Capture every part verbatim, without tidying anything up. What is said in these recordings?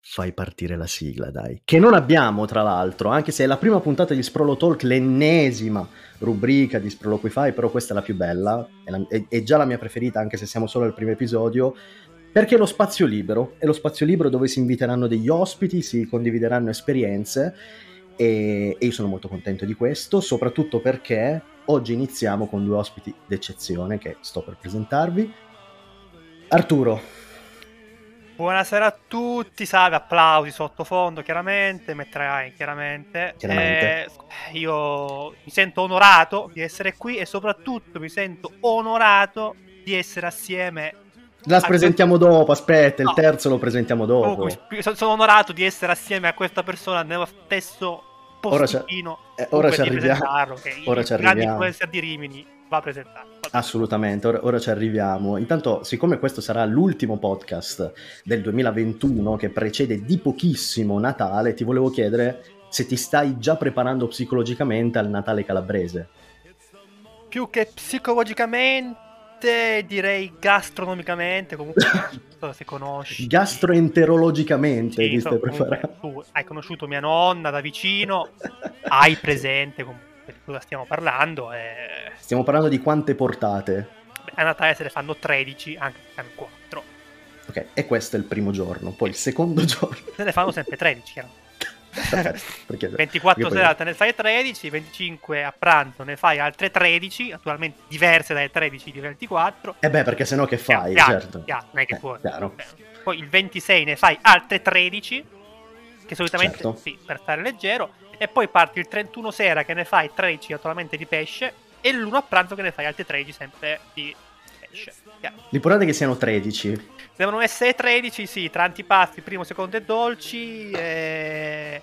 fai partire la sigla, dai. Che non abbiamo, tra l'altro, anche se è la prima puntata di Sprolo Talk, l'ennesima rubrica di Sproloquify, però questa è la più bella, è, la, è, è già la mia preferita, anche se siamo solo al primo episodio, perché è lo spazio libero, è lo spazio libero dove si inviteranno degli ospiti, si condivideranno esperienze, e, e io sono molto contento di questo, soprattutto perché oggi iniziamo con due ospiti d'eccezione che sto per presentarvi. Arturo. Buonasera a tutti, salve, applausi sottofondo, chiaramente, metterai chiaramente. Chiaramente. Eh, io mi sento onorato di essere qui e soprattutto mi sento onorato di essere assieme. La presentiamo questo... dopo, aspetta, il no. terzo lo presentiamo dopo. Comunque, sono onorato di essere assieme a questa persona nello stesso posticino. Ora, ora ci arriviamo. Che ora il ci grande arriviamo. influencer di Rimini va presentato. Assolutamente, ora, ora ci arriviamo. Intanto, siccome questo sarà l'ultimo podcast del duemilaventuno che precede di pochissimo Natale, ti volevo chiedere se ti stai già preparando psicologicamente al Natale calabrese. Più che psicologicamente, direi gastronomicamente, comunque non so se conosci. Gastroenterologicamente sì, ti so, stai preparando. Tu hai conosciuto mia nonna da vicino, hai presente di cosa stiamo parlando. E... Stiamo parlando di quante portate? Beh, a Natale se ne fanno tredici, anche se fanno quattro. Ok, e questo è il primo giorno, poi il secondo giorno. Se ne fanno sempre tredici, chiaro. perché, ventiquattro perché serate poi... ne fai tredici, venticinque a pranzo ne fai altre tredici, naturalmente diverse dalle tredici di ventiquattro. Eh beh, perché sennò che fai? Chiaro, certo. chiaro, non è che eh, puoi. Chiaro. Poi il ventisei ne fai altre tredici, che solitamente certo. sì, per stare leggero, e poi parti il trentuno sera che ne fai tredici naturalmente di pesce, e l'uno a pranzo che ne fai altre tredici sempre di pesce. Chiaro. L'importante è che siano tredici. Devono essere tredici, sì, tra antipasti, primo, secondo e dolci. E...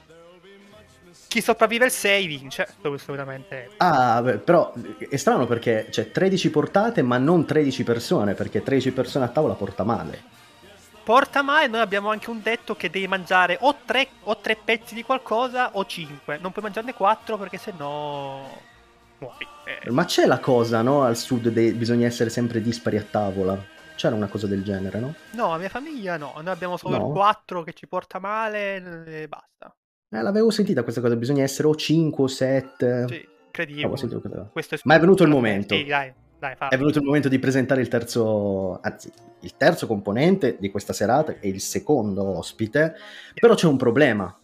chi sopravvive il sei vince, assolutamente. Ah, beh, però è strano perché c'è tredici portate ma non tredici persone, perché tredici persone a tavola porta male. Porta male, noi abbiamo anche un detto che devi mangiare o tre, o tre pezzi di qualcosa o cinque. Non puoi mangiarne quattro perché sennò muori. Eh. Ma c'è la cosa, no? Al sud de- bisogna essere sempre dispari a tavola. C'era una cosa del genere, no? No, la mia famiglia no. Noi abbiamo solo no? il quattro che ci porta male e basta. Eh, l'avevo sentita questa cosa, bisogna essere o cinque o sette. Sì, incredibile. Oh, Questo è Ma è venuto il momento. Sì, dai, dai, È venuto il momento di presentare il terzo, anzi, il terzo componente di questa serata e il secondo ospite. Però c'è un problema.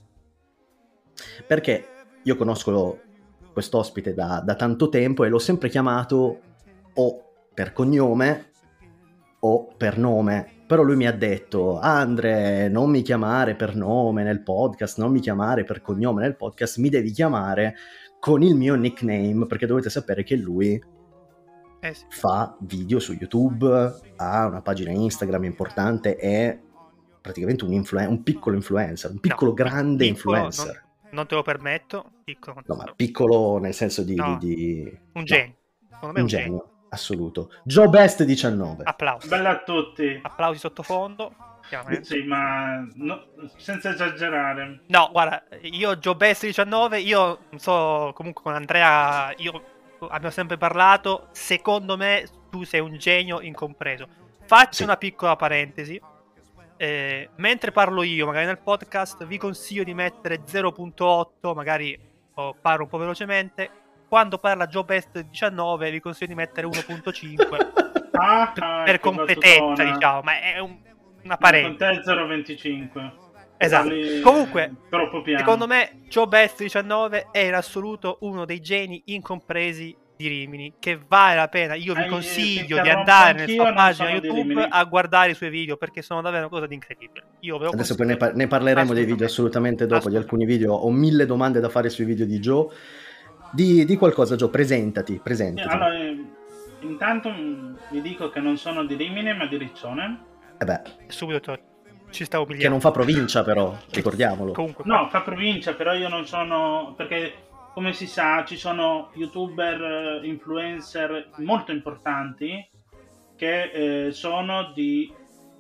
Perché io conosco quest'ospite da, da tanto tempo e l'ho sempre chiamato o per cognome o per nome. Però lui mi ha detto: Andre, non mi chiamare per nome nel podcast, non mi chiamare per cognome nel podcast, mi devi chiamare con il mio nickname, perché dovete sapere che lui eh sì. fa video su YouTube, ha una pagina Instagram importante, è praticamente un, influ- un piccolo influencer, un piccolo no, grande piccolo, influencer. Non, non te lo permetto. Piccolo, no, ma piccolo nel senso di... no, di, di... un genio. No, un un genio. genio. Assoluto. Joe Best diciannove. Applausi. Bella a tutti. Applausi sottofondo. Sì, ma no, senza esagerare. No, guarda, io Joe Best diciannove, io non so, comunque con Andrea, io abbiamo sempre parlato, secondo me tu sei un genio incompreso. Faccio sì. una piccola parentesi. Eh, mentre parlo io, magari nel podcast, vi consiglio di mettere zero virgola otto, magari oh, parlo un po' velocemente. Quando parla Joe Best diciannove vi consiglio di mettere uno virgola cinque ah, per, ah, per completezza, diciamo, ma è un, una parentesi. Con te zero virgola venticinque. Esatto. Parli Comunque, troppo piano. Secondo me Joe Best diciannove è in assoluto uno dei geni incompresi di Rimini, che vale la pena. Io vi consiglio eh, di andare nella sua pagina YouTube a guardare i suoi video, perché sono davvero una cosa di incredibile. Io ve lo Adesso poi ne, par- ne parleremo dei video assolutamente dopo, assolutamente. Di alcuni video. Ho mille domande da fare sui video di Joe. Di, di qualcosa, Joe, presentati, presentati. Sì, allora, eh, intanto vi dico che non sono di Rimini, ma di Riccione. Eh beh, subito ci stavo pigliando. Che non fa provincia, però, ricordiamolo. Comunque, no, fa provincia, però io non sono, perché come si sa ci sono youtuber, influencer molto importanti che eh, sono di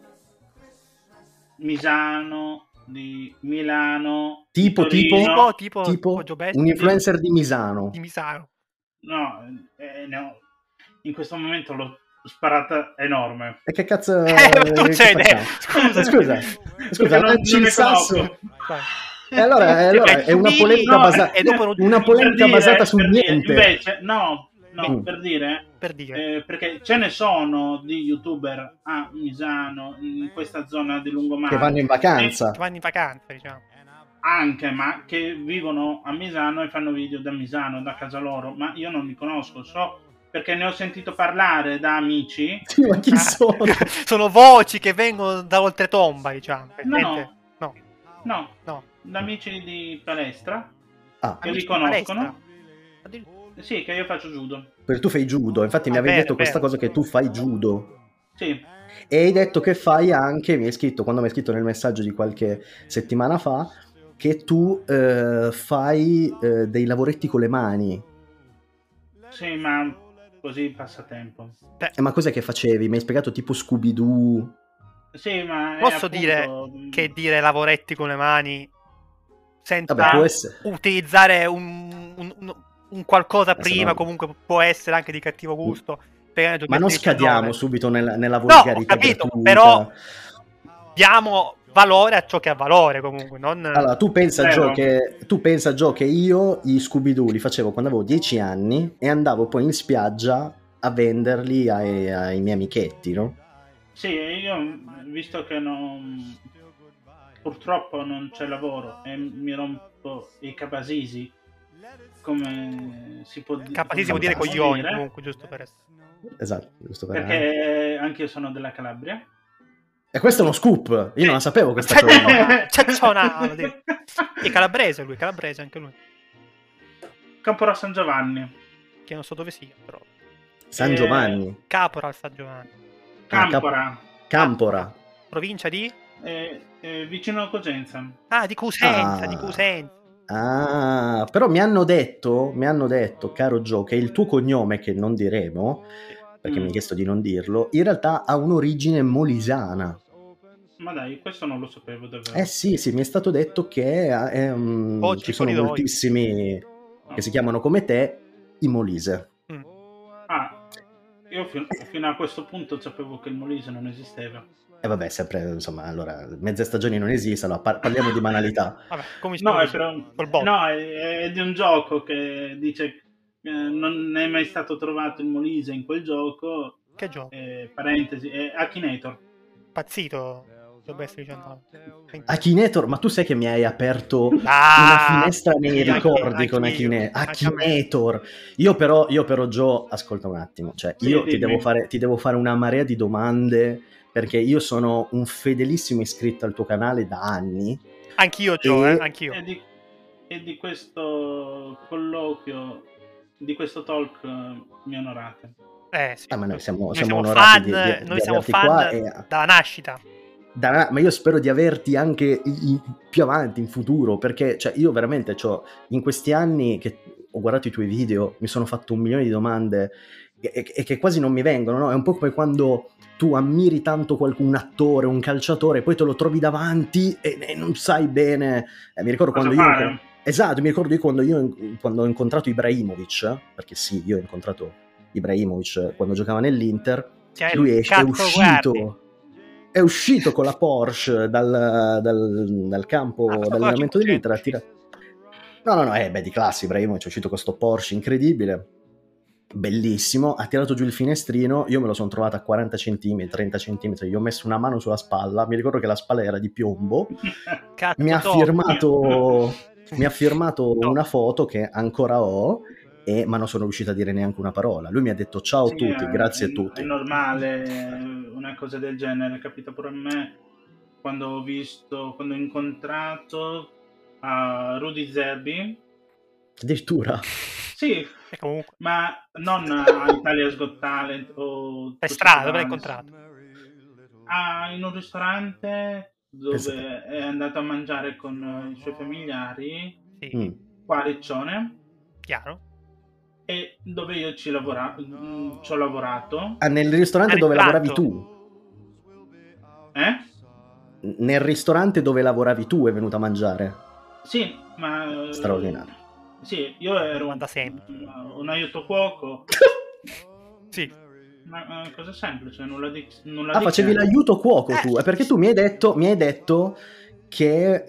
Misano, di Milano, tipo di tipo tipo, tipo, tipo un influencer di Misano. Di Misano. No, eh, no, in questo momento lo, sparata enorme. E che cazzo Eh, che tu c'hai idea. facciamo? Scusa. scusa, Perché scusa, non, lanci non il ne sasso. conosco. Vai. E allora, e allora Perché è una Giubini- polemica no, basata e dopo non- una polemica Per dire- basata su per dire, niente. invece, no, no, Mm. per dire, per dire. eh, perché ce ne sono di youtuber a Misano, in questa zona di lungomare, Che vanno in vacanza. Che vanno in vacanza, diciamo. anche, ma che vivono a Misano e fanno video da Misano, da casa loro, ma io non li conosco, so perché ne ho sentito parlare da amici. Sì, ma chi Ah, sono? sono voci che vengono da oltretomba, diciamo. No, Gente- no, no, no. da amici di palestra Ah, che Amici li di palestra? conoscono. Addirittura. Sì, che io faccio judo. perché tu fai judo, infatti mi Ah, avevi bene, detto questa bene. cosa che tu fai judo. Sì, E hai detto che fai anche, mi hai scritto, quando mi hai scritto nel messaggio di qualche settimana fa, che tu eh, fai eh, dei lavoretti con le mani. sì, ma così passatempo. Eh, ma cos'è che facevi? Mi hai spiegato tipo Scooby-Doo? Sì, ma è Posso appunto- dire che dire lavoretti con le mani senza Vabbè, può essere. utilizzare un, un- un- un qualcosa Adesso prima, no. comunque può essere anche di cattivo gusto. Per Ma non diciannove. scadiamo subito nel- nella No, ho volgarità capito, gratuita. però diamo valore a ciò che ha valore comunque, non... Allora, tu pensa, Vero. Gio, che, tu pensa, Gio, che io gli Scooby-Doo li facevo quando avevo dieci anni e andavo poi in spiaggia a venderli ai, ai miei amichetti, no? Sì, io visto che non purtroppo non c'è lavoro e mi rompo i capasisi, come si può dire? Capacissimo vuol dire Fantastico. coglioni comunque, giusto per essere... Esatto, giusto per... Perché anche io sono della Calabria. E questo è uno scoop, io non la sapevo questa C'è cosa. Cezzonaro, è calabrese lui, calabrese anche lui, Campora San Giovanni. che non so dove sia, però. San Eh, Giovanni, Caporal San Giovanni, Ah, Cap- Campora, Campora. provincia di... eh, eh, vicino a Cosenza. Ah, di Cosenza, Ah. di Cosenza. Ah, però mi hanno detto, mi hanno detto, caro Gio, che il tuo cognome, che non diremo, perché Mm. mi hai chiesto di non dirlo, in realtà ha un'origine molisana. Ma dai, questo non lo sapevo davvero. Eh sì, sì, mi è stato detto che è, um, Oggi ci sono corridoi. moltissimi No. che si chiamano come te i Molise. Mm. Ah, io fin- fino a questo punto sapevo che il Molise non esisteva. E vabbè, sempre, insomma, allora, mezze stagioni non esistono, par- parliamo di banalità. Vabbè, come si No, chiama? è, però, Col botto. no è, è di un gioco che dice eh, non è mai stato trovato il Molise in quel gioco. Che gioco? Eh, parentesi, è Akinator. Pazzito, dovrebbe essere diciannove. Akinator, ma tu sai che mi hai aperto Ah, una finestra nei anche- ricordi anche con io, Akine- anche a me. Akinator. Io però, io però, Gio, ascolta un attimo, cioè Sì, io ti dimmi. devo, fare, ti devo fare una marea di domande perché io sono un fedelissimo iscritto al tuo canale da anni. Anch'io, Gio, E- eh, anch'io. E di, e di questo colloquio, di questo talk eh, mi onorate. Eh, sì. Ah, ma noi siamo, Noi siamo siamo onorati fan, di, di- noi di siamo averti fan qua e- dalla nascita. Da- ma io spero di averti anche i- i- più avanti in futuro, perché cioè, io veramente c'ho, in questi anni che ho guardato i tuoi video mi sono fatto un milione di domande e, e- e che quasi non mi vengono, no? È un po' come quando tu ammiri tanto qualcun un attore, un calciatore, poi te lo trovi davanti e, e non sai bene. Eh, mi ricordo Cosa quando io... fare? Esatto, mi ricordo io quando io quando ho incontrato Ibrahimovic, perché sì, io ho incontrato Ibrahimovic quando giocava nell'Inter, Cioè, lui è, è cazzo, uscito guardi. è uscito con la Porsche dal, dal, dal campo Ah, questo d'allenamento qua dell'Inter a tirare. No, no, no, eh, beh, di classe, Ibrahimovic è uscito con sto Porsche incredibile, bellissimo, ha tirato giù il finestrino, io me lo sono trovato a quaranta centimetri, trenta centimetri, gli ho messo una mano sulla spalla, mi ricordo che la spalla era di piombo, Cazzo, mi ha top. firmato, mi ha firmato No. una foto che ancora ho, e, ma non sono riuscito a dire neanche una parola. Lui mi ha detto ciao a Sì, tutti, è- grazie è, a tutti. È normale eh, una cosa del genere, capita pure a me quando ho visto, quando ho incontrato a Rudy Zerbi. Addirittura. Sì, E comunque, ma non a Italia's Got Talent o per così strada, dove l'hai varie. incontrato? Ah, in un ristorante dove Pensate. è andato a mangiare con eh, i suoi familiari Sì, Mm. qua a Riccione chiaro. e dove io ci, lavora- mm, ci ho lavorato. Ah, nel ristorante Al dove ristorante. lavoravi tu? Eh? Nel ristorante dove lavoravi tu è venuto a mangiare. Sì, ma... eh, Straordinario. Sì, io ero Domanda sempre. un, un aiuto cuoco Sì, Ma uh, cosa semplice, nulla di, nulla Ah, di facevi che. l'aiuto cuoco Eh. tu, è perché tu mi hai detto, mi hai detto che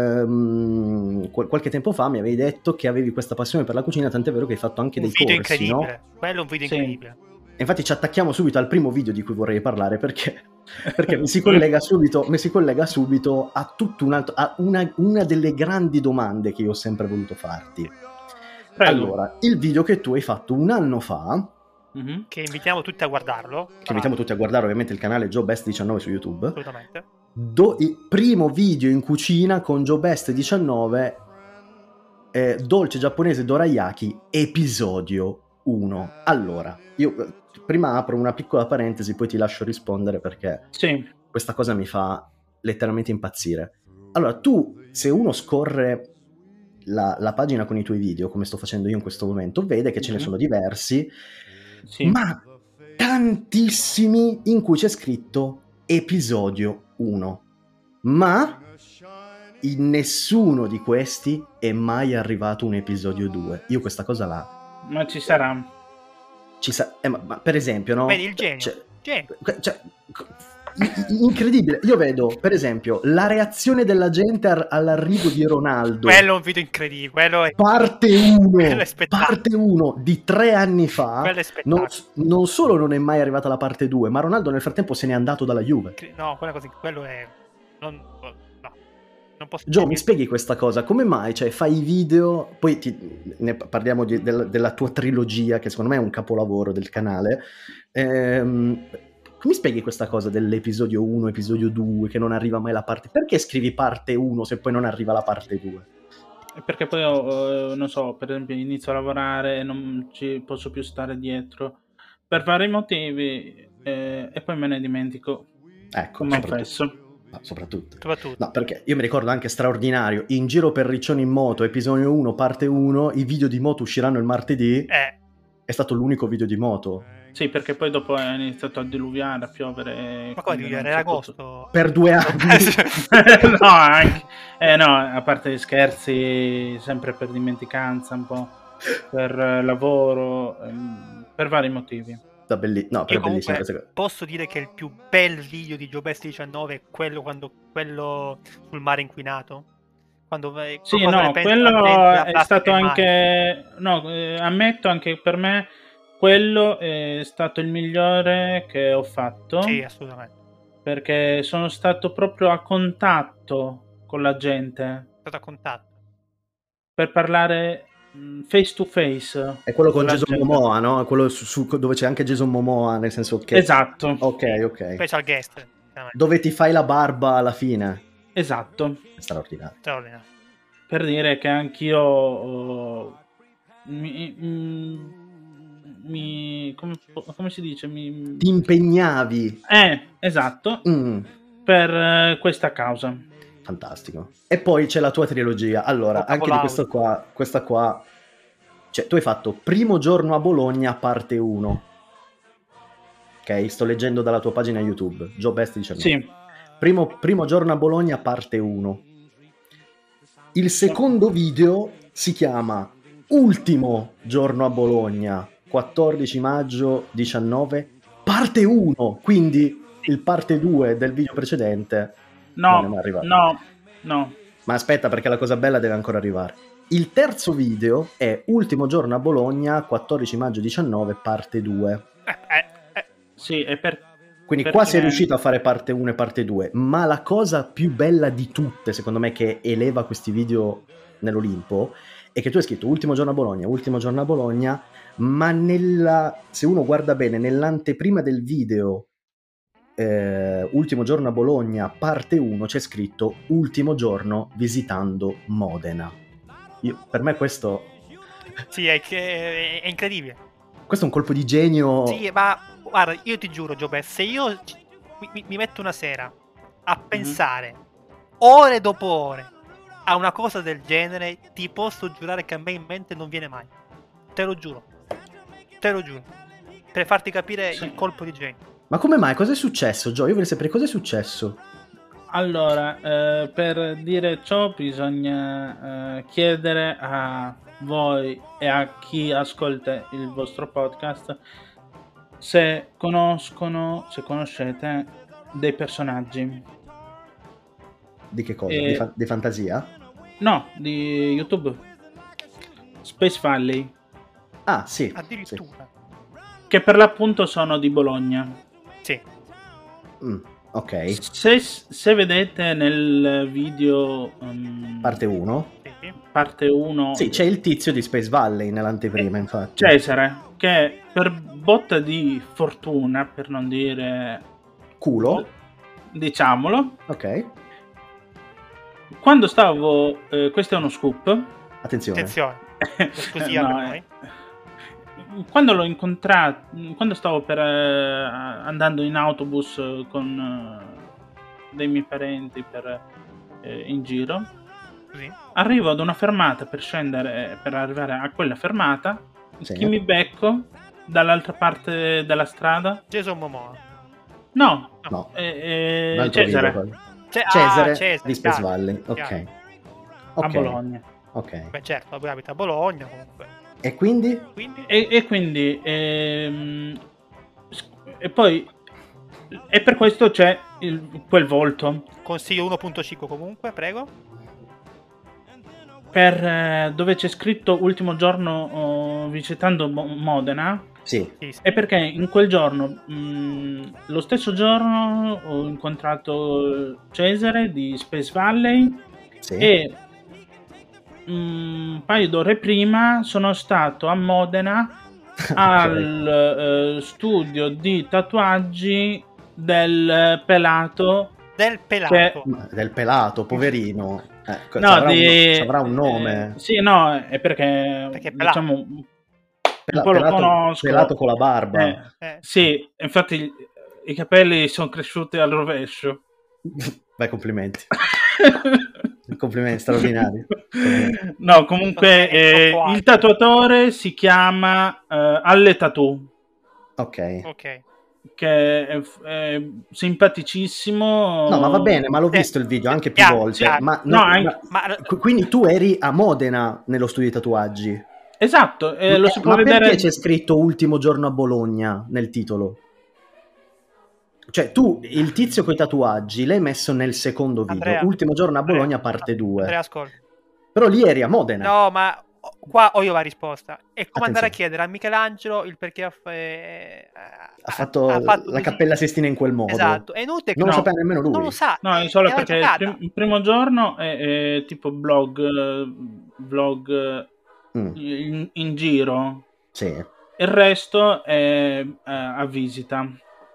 ehm, qual- qualche tempo fa mi avevi detto che avevi questa passione per la cucina, tant'è vero che hai fatto anche Un dei video corsi, no? incredibile. Quello è un video Sì. incredibile. E infatti ci attacchiamo subito al primo video di cui vorrei parlare perché, perché mi si collega subito, mi si collega subito a tutto un altro, a una, una delle grandi domande che io ho sempre voluto farti. Prego. Allora, il video che tu hai fatto un anno fa, Mm-hmm. Che invitiamo tutti a guardarlo. che invitiamo tutti a guardare ovviamente il canale Joe Best diciannove su YouTube, Assolutamente. do, il primo video in cucina con Joe Best diciannove, eh, dolce giapponese dorayaki, episodio uno. Allora, io eh, prima apro una piccola parentesi, poi ti lascio rispondere perché Sì. questa cosa mi fa letteralmente impazzire. Allora, tu, se uno scorre la, la pagina con i tuoi video, come sto facendo io in questo momento, vede che ce ne Mhm. sono diversi, Sì. ma tantissimi in cui c'è scritto episodio uno. Ma in nessuno di questi è mai arrivato un episodio due. Io questa cosa là Ma ci sarà. ci sa- eh, ma, ma per esempio, no? Vedi il genio. Cioè, Genio. cioè, i- i- incredibile. Io vedo, per esempio, la reazione della gente ar- all'arrivo di Ronaldo. Quello è un video incredibile. Quello è Parte Quello uno, è spettacolo. parte uno di tre anni fa. Quello è spettacolo. Non, non solo non è mai arrivata la parte due, ma Ronaldo nel frattempo se n'è andato dalla Juve. No, quella cosa, quello è non, no, non posso Gio, dire mi niente. spieghi questa cosa? Come mai? Cioè, fai i video, poi ti- ne parliamo di- del- della tua trilogia, che secondo me è un capolavoro del canale. Ehm, come spieghi questa cosa dell'episodio uno, episodio due, che non arriva mai la parte... Perché scrivi parte uno se poi non arriva la parte due? Perché poi ho, eh, non so, per esempio inizio a lavorare e non ci posso più stare dietro per vari motivi, eh, e poi me ne dimentico, Ecco, come soprattutto. fesso. Ah, soprattutto. Soprattutto. No, perché io mi ricordo anche straordinario, In giro per Riccione in moto, episodio uno, parte uno, i video di moto usciranno il martedì, Eh, è stato l'unico video di moto. Sì, perché poi dopo è iniziato a diluviare, a piovere. ma come quindi dire, non era si è potuto- agosto. Per due anni. no, anche. Eh, no, a parte gli scherzi, sempre per dimenticanza, un po' per eh, lavoro, ehm, per vari motivi. Da belli- no, però Io è bellissima comunque questa cosa. posso dire che il più bel video di Joe Best diciannove è quello, quando, quello sul mare inquinato. Quando, eh, Sì, cosa ne no, pensa la quello gente della è plastica stato in mare? anche. No, eh, ammetto anche per me, quello è stato il migliore che ho fatto. Sì, assolutamente. Perché sono stato proprio a contatto con la gente È stato a contatto. per parlare mh, face to face. È quello con la Jason gente. Momoa, no? È quello su- su- dove c'è anche Jason Momoa, nel senso che... Esatto, Ok, ok. Special guest. veramente Dove ti fai la barba alla fine. esatto. È straordinario. straordinario. Per dire che anch'io oh, mi, mi, mi- come, come si dice? Mi, Ti impegnavi. eh, esatto, Mm, per eh, questa causa. fantastico. E poi c'è la tua trilogia. Allora, Un anche di capolavoro. questo qua, questa qua... Cioè, tu hai fatto Primo giorno a Bologna, parte uno. Ok? Sto leggendo dalla tua pagina YouTube. Joe Best diciannove. Sì, Primo, primo giorno a Bologna, parte uno. Il secondo video si chiama Ultimo giorno a Bologna, quattordici maggio diciannove, parte uno. Quindi il parte due del video precedente non è mai no, arrivato. no, no. Ma aspetta, perché la cosa bella deve ancora arrivare. Il terzo video è Ultimo giorno a Bologna, quattordici maggio diciannove, parte due. Eh, eh, eh. Sì, è per Quindi Perché- qua sei riuscito a fare parte uno e parte due, ma la cosa più bella di tutte, secondo me, che eleva questi video nell'Olimpo, è che tu hai scritto Ultimo giorno a Bologna, Ultimo giorno a Bologna, ma nella, se uno guarda bene, nell'anteprima del video eh, Ultimo giorno a Bologna, parte uno, c'è scritto Ultimo giorno visitando Modena. Io, per me questo, Sì, è, che- è incredibile. questo è un colpo di genio. Sì, ma guarda, io ti giuro, Giobè, se io ci- mi, mi metto una sera a pensare ore dopo ore a una cosa del genere, ti posso giurare che a me in mente non viene mai. Te lo giuro. Te lo giuro. Per farti capire Sì. il colpo di genio. Ma come mai? Cosa è successo, Gio? Io vorrei sapere cosa è successo. Allora, eh, per dire ciò bisogna eh, chiedere a voi e a chi ascolta il vostro podcast se conoscono, se conoscete dei personaggi. Di che cosa? Eh, Di, fa- di fantasia? No, di YouTube. Space Valley. Ah, sì. sì. Addirittura. Che per l'appunto sono di Bologna. Sì. Mm, ok. Se, se vedete nel video um, Parte uno. Sì. parte uno, Sì, c'è il tizio di Space Valley nell'anteprima, infatti. Cesare, che per botta di fortuna, per non dire Culo. diciamolo, Ok. quando stavo eh, questo è uno scoop. Attenzione. Attenzione. Esclusiva No, per noi. eh, quando l'ho incontrato, quando stavo per eh, andando in autobus con eh, dei miei parenti per eh, in giro, Così. arrivo ad una fermata per scendere, per arrivare a quella fermata. Sì. Chi mi becco dall'altra parte della strada? Jason Momoa. No, No. eh, Un eh, altro Cesare, video, poi. Ce- Cesare, ah, Cesare, di Space chiaro, Valley. Ok. chiaro. Ok. a Bologna. Ok. Beh, certo, lui abita a Bologna comunque. E quindi? Quindi E, e quindi ehm, e poi e per questo c'è il- quel volto consiglio uno punto cinque comunque, prego. per eh, dove c'è scritto ultimo giorno oh, visitando Mo- Modena. Sì. Sì, sì. È perché in quel giorno, mh, lo stesso giorno, ho incontrato Cesare di Space Valley Sì. e mh, un paio d'ore prima sono stato a Modena al eh, studio di tatuaggi del pelato. Del pelato. Che- Ma del pelato, poverino. Eh, No, avrà, di- un, avrà un nome. eh, sì, no, è perché, Perché è pelato. diciamo, un Pela- po' lo pelato, conosco. pelato con la barba. Eh, Eh. sì, infatti i- i capelli sono cresciuti al rovescio. Beh, complimenti. Complimenti, straordinari. No, comunque È eh, troppo il alto. tatuatore si chiama eh, Alle Tattoo, Ok. Ok. che è, è simpaticissimo. No, ma va bene, ma l'ho Sì. visto il video anche più Chiaro, volte. chiaro. Ma, No, no, anche- ma- Ma qu- quindi tu eri a Modena nello studio di tatuaggi. Esatto, eh, lo si può ma vedere. perché c'è scritto ultimo giorno a Bologna nel titolo? Cioè, tu, il tizio con i tatuaggi, l'hai messo nel secondo video. Andrea, ultimo giorno a Andrea, Bologna, parte due. Andrea, ascolta. Però lì eri a Modena. No, ma qua ho io la risposta. È come andare a Attenzione. chiedere a Michelangelo il perché ha, fa- eh, Ha fatto, ha fatto la così. Cappella Sistina in quel modo. Esatto, è inutile che Non lo No. sapeva nemmeno lui. non lo sa. No, eh, è solo è una perché il, giocata. prim- il primo giorno è, è tipo blog, eh, vlog eh, Mm, in, in giro. sì. Il resto è eh, a visita.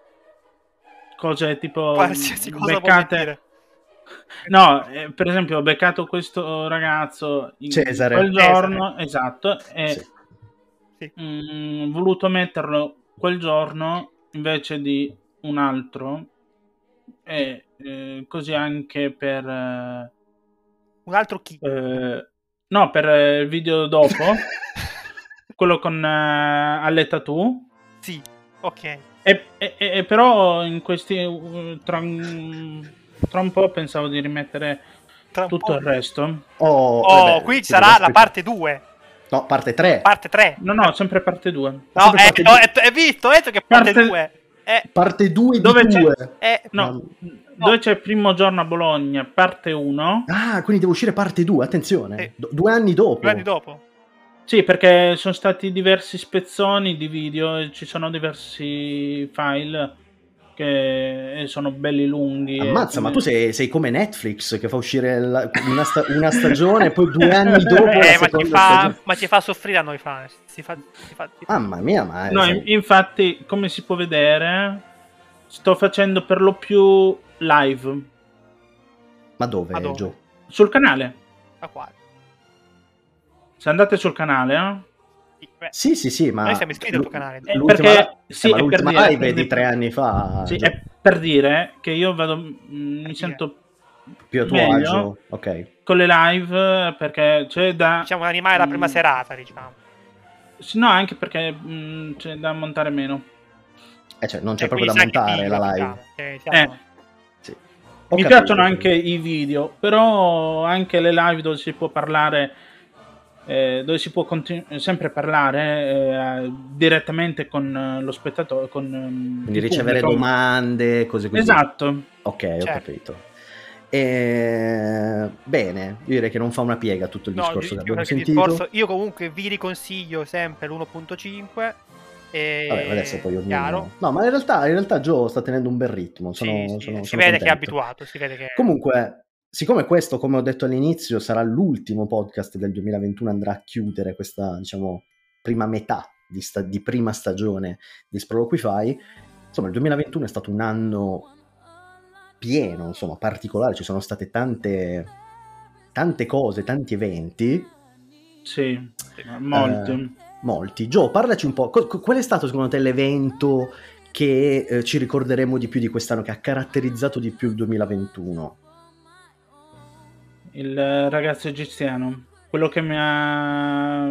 Cose tipo Qualsiasi cosa voglia beccate. dire. No, eh, per esempio ho beccato questo ragazzo in Cesare. quel giorno, esatto, e Sì. Sì. mm, voluto metterlo quel giorno invece di un altro, e eh, così anche per eh, Un altro chi? eh, no, per eh, il video dopo, quello con eh, Alle Tattoo. Sì, ok. E, e- e però in questi uh, tra, un- tra un po' pensavo di rimettere Tra un tutto po'. il resto. Oh, Oh, vabbè, qui sì, sarà devo la aspettare. parte due. No, parte tre. Parte tre. No, no, sempre parte due. No, sempre eh, parte ho, due. è, è visto, ho detto che parte Parte- due. Eh, Parte due di Dove c'è- due. eh, No, dove c'è il primo giorno a Bologna, parte uno. Ah, quindi deve uscire parte due, attenzione. Sì. Do- due anni dopo. due anni dopo. Sì, perché sono stati diversi spezzoni di video e ci sono diversi file che sono belli lunghi. Ammazza, e- ma tu sei, sei come Netflix che fa uscire la- una, sta- una stagione e poi due anni dopo la Eh, ma ci, seconda fa, stagione. ma ci fa soffrire a noi fan. Si fa, si fa, si fa- Mamma mia, ma... No, in- infatti, come si può vedere, sto facendo per lo più live ma dove, Ma dove? Gio? sul canale. Ma quale? Se andate sul canale, eh, Sì, beh, Sì, sì, sì, ma... Noi siamo iscritti al tuo canale. Eh, L'ultima, perché- la- sì, eh, ma è per l'ultima dire- live è di tre anni fa. sì, Gio. è per dire che io vado, mm, mi sento Più a tuo meglio agio. Ok. con le live perché c'è da... Diciamo un animale la prima Mm. serata, diciamo. Sì, no, anche perché mm, c'è da montare meno. Eh, cioè, non c'è E proprio da quindi sai che montare video, la live. diciamo, che siamo- Eh, Sì. Ho mi capito. piacciono anche i video, però anche le live dove si può parlare eh, dove si può continu- sempre parlare eh, direttamente con lo spettatore, con um, quindi ricevere pubblico. Domande, cose così. Esatto. Ok, ho certo. capito. E... Bene, io direi che non fa una piega tutto il no, discorso che abbiamo sentito. Discorso, io comunque vi riconsiglio sempre l'uno punto cinque. E... Vabbè, adesso poi ognuno... Chiaro. No, ma in realtà, in realtà Joe sta tenendo un bel ritmo. Sono, sì, sono, sì, sono si vede contento. che è abituato. Si vede che... Comunque, siccome questo, come ho detto all'inizio, sarà l'ultimo podcast del duemilaventuno, andrà a chiudere questa, diciamo, prima metà di, sta- di prima stagione di Sproloquify. Insomma, il duemilaventuno è stato un anno pieno, insomma, particolare. Ci sono state tante, tante cose, tanti eventi. Sì, molti. Eh, molti. Joe, parlaci un po'. Qual è stato secondo te l'evento che eh, ci ricorderemo di più di quest'anno, che ha caratterizzato di più il duemilaventuno? Il ragazzo egiziano, quello che mi ha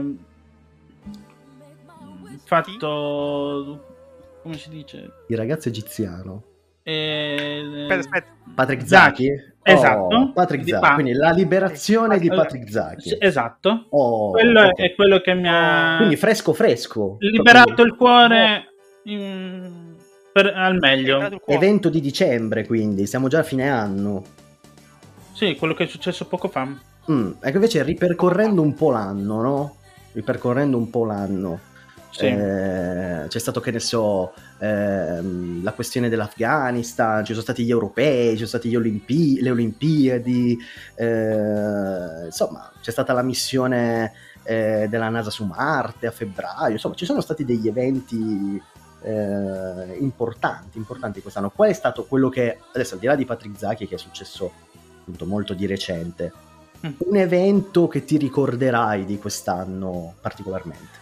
fatto, come si dice? Il ragazzo egiziano. Eh, aspetta, aspetta. Patrick Zaki? Oh, esatto. Patrick Zaki, quindi la liberazione eh, di Patrick Zaki. Sì, esatto. Oh, quello okay. è quello che mi ha... Quindi fresco fresco. liberato proprio... il cuore in... per... al meglio. Evento di dicembre, quindi siamo già a fine anno. Sì, quello che è successo poco fa. Mm, ecco, invece ripercorrendo un po' l'anno, no? Ripercorrendo un po' l'anno. Sì. Eh, c'è stato, che ne so, ehm, la questione dell'Afghanistan, ci sono stati gli europei, ci sono stati gli Olimpi- le Olimpiadi, eh, insomma c'è stata la missione eh, della NASA su Marte a febbraio, insomma ci sono stati degli eventi eh, importanti, importanti quest'anno. Qual è stato quello che, adesso al di là di Patrick Zaki, che è successo appunto molto di recente, mm. un evento che ti ricorderai di quest'anno particolarmente?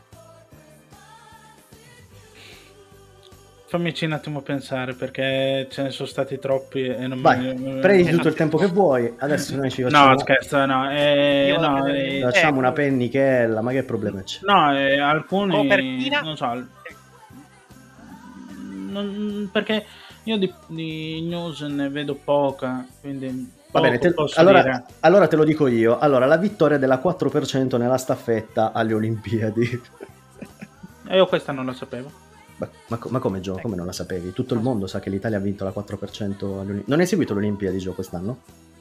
Fammici un attimo pensare, perché ce ne sono stati troppi e non Vai, mi... prendi tutto il tempo che vuoi, adesso noi ci facciamo... No, scherzo, no, eh, no eh, facciamo eh, una pennichella, ma che problema c'è? No, eh, alcuni... Copertina? Non so... Non, perché io di, di news ne vedo poca, quindi... Va bene, te, allora, allora te lo dico io. Allora, la vittoria della quattro per cento nella staffetta alle Olimpiadi. E io questa non la sapevo. Ma, ma, ma come Gio? Come non la sapevi? Tutto il mondo sa che l'Italia ha vinto la quattro per cento alle Olimpiadi. Non hai seguito le Olimpiadi, Gio, quest'anno?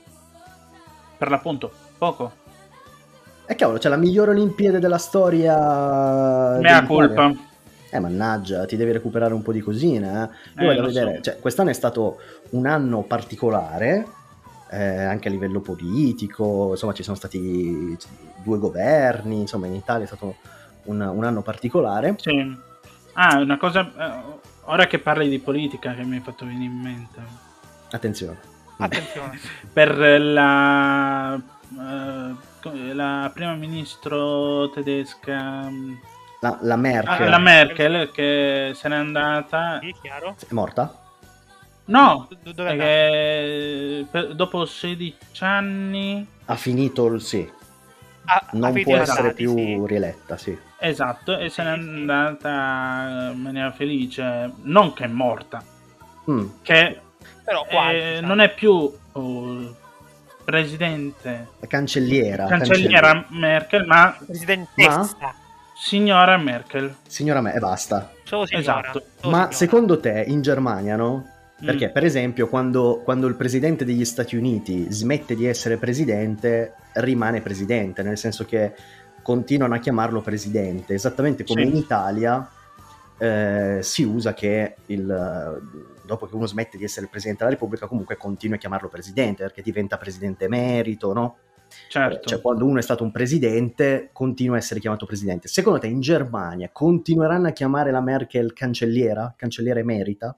Per l'appunto, poco. E cavolo, c'è la migliore Olimpiade della storia. Mea colpa. Eh, mannaggia, ti devi recuperare un po' di cosine, eh. Io eh, voglio vedere, so. Cioè, quest'anno è stato un anno particolare, eh, anche a livello politico, insomma, ci sono stati due governi, insomma, in Italia è stato un, un anno particolare. Sì. Ah, una cosa, eh, ora che parli di politica che mi hai fatto venire in mente. Attenzione. Attenzione. Per la, eh, la prima ministro tedesca... La, la Merkel. Ah, la Merkel, che se n'è andata. Sì, chiaro. È morta? No, dove perché per, dopo sedici anni ha finito il sì. Ah, non può essere andati, più sì. rieletta, sì. Esatto, e se n'è andata in maniera felice. Non che è morta, mm. che però quasi, eh, diciamo. non è più uh, presidente, la cancelliera, cancelliera cancelliera Merkel, ma presidentessa. Ma? Signora Merkel. Signora Merkel, e basta. Solo signora. Esatto. Solo ma signora. secondo te in Germania, no? Perché mm. per esempio quando, quando il presidente degli Stati Uniti smette di essere presidente, rimane presidente, nel senso che continuano a chiamarlo presidente, esattamente come sì. in Italia eh, si usa che il, dopo che uno smette di essere il presidente della Repubblica comunque continua a chiamarlo presidente, perché diventa presidente emerito, no? Certo. Cioè quando uno è stato un presidente continua a essere chiamato presidente. Secondo te in Germania continueranno a chiamare la Merkel cancelliera, cancelliera emerita?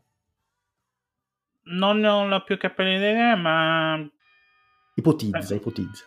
Non ne ho la più capire idea, ma Ipotizza, eh. ipotizza.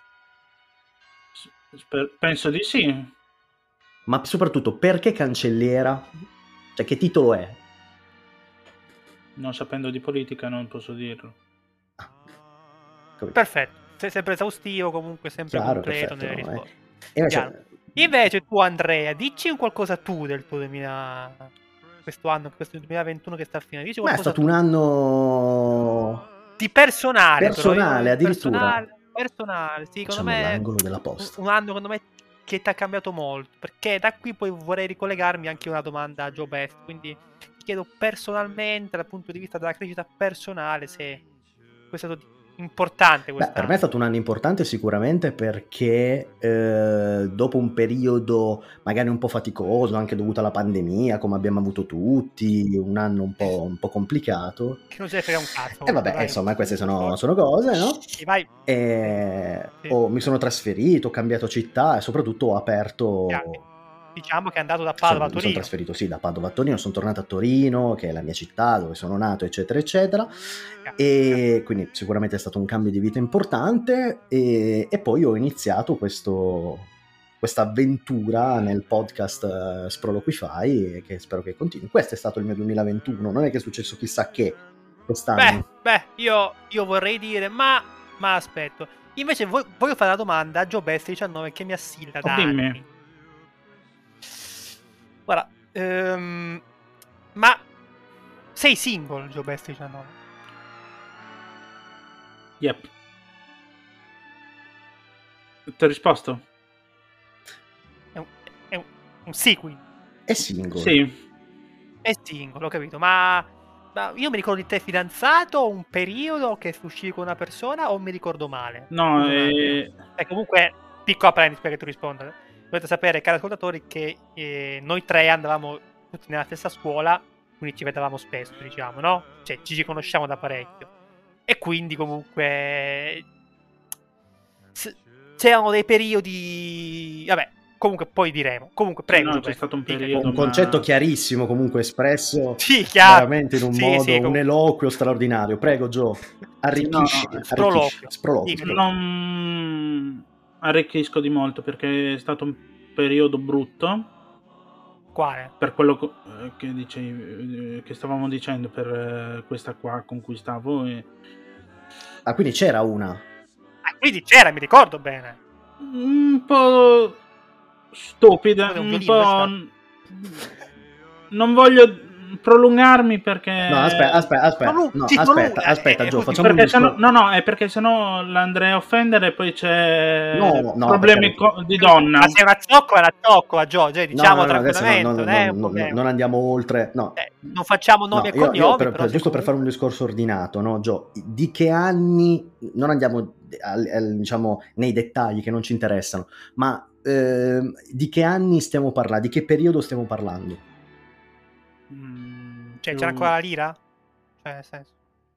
Penso di sì. Ma soprattutto perché cancelliera? Cioè che titolo è? Non sapendo di politica non posso dirlo. Ah, perfetto, sei sempre esaustivo, comunque sempre chiaro, completo perfetto, nelle no, risposte. eh. invece... invece tu Andrea, dici un qualcosa tu del tuo duemila... questo anno, questo duemilaventuno che sta finendo. Dici ma è qualcosa stato tu. un anno di personale, personale però io, addirittura personale, personale, sì, secondo facciamo me l'angolo della posta. un, un anno secondo me che ti ha cambiato molto, perché da qui poi vorrei ricollegarmi anche a una domanda a Joe Best, quindi ti chiedo personalmente, dal punto di vista della crescita personale, se questo è stato importante. Beh, per me è stato un anno importante sicuramente perché eh, dopo un periodo magari un po' faticoso, anche dovuto alla pandemia, come abbiamo avuto tutti, un anno un po', un po' complicato. Che non se ne frega un cazzo. E vabbè, vai. insomma, queste sono, sono cose, no? Sì, vai. E Sì. ho- mi sono trasferito, ho cambiato città e soprattutto ho aperto... Chiaro. Diciamo che è andato da Padova a Sono, mi sono Torino. trasferito sì da Padova a Torino, sono tornato a Torino, che è la mia città dove sono nato, eccetera, eccetera. E quindi sicuramente è stato un cambio di vita importante. E, e poi ho iniziato questo, questa avventura nel podcast uh, Sproloquify, che spero che continui. Questo è stato il mio duemilaventuno, non è che è successo chissà che quest'anno. Beh, beh io, io vorrei dire, ma, ma aspetto. Invece vo- voglio fare una domanda a Joe Best diciannove che mi assilla da Oh, dimmi. anni. Guarda, ehm, ma sei single, Joe Best diciannove? Yep. Ti ho risposto? È un, è un, un sì, quindi. È single. Sì. È single, ho capito, ma, ma io mi ricordo di te fidanzato, un periodo che uscivi con una persona o mi ricordo male? No, Scusa un eh, attimo. E comunque, piccola parentesi perché tu risponda. Dovete sapere, cari ascoltatori, che eh, noi tre andavamo tutti nella stessa scuola, quindi ci vedevamo spesso, diciamo, no? Cioè, ci ci conosciamo da parecchio. E quindi comunque s- c'erano dei periodi... Vabbè, comunque poi diremo. Comunque, prego. no, Giuseppe, c'è stato un dica. periodo, Un ma- concetto chiarissimo, comunque espresso Sì, chiaro. veramente in un Sì, modo, sì, un comunque. eloquio straordinario. Prego, Joe, arricchisci. no, arricchisci. sproloquio. Sproloquio, Dica. sproloquio. non arricchisco di molto perché è stato un periodo brutto Quale? per quello co- eh, che dicevi, eh, che stavamo dicendo, per eh, questa qua con cui stavo e... Ah, quindi c'era una. Ah, quindi c'era, mi ricordo bene. un po' stupida, Quello è un un violino, po' non voglio prolungarmi perché No, aspetta, aspetta, aspetta, Prolung- no, sì, aspetta, prolunga, aspetta, eh, Joe, eh, facciamo un perché sennò, discorso. no no è perché sennò l'andrei a offendere e poi c'è No, no, problemi perché- co- di donna. Ma sei una zoccola, una zoccola, Gio, cioè, No, diciamo no, no, adesso no, tranquillamente, no, non no, è no, un no, problema. non andiamo oltre, no. Eh, non facciamo nomi No, e io- io cognomi, per- però per- se giusto per comunque- fare un discorso ordinato, no, Joe, di che anni, non andiamo al- al- diciamo nei dettagli che non ci interessano, ma ehm, di che anni stiamo parlando, di che periodo stiamo parlando? Mm, Cioè, più- c'era ancora la lira? Cioè, nel senso...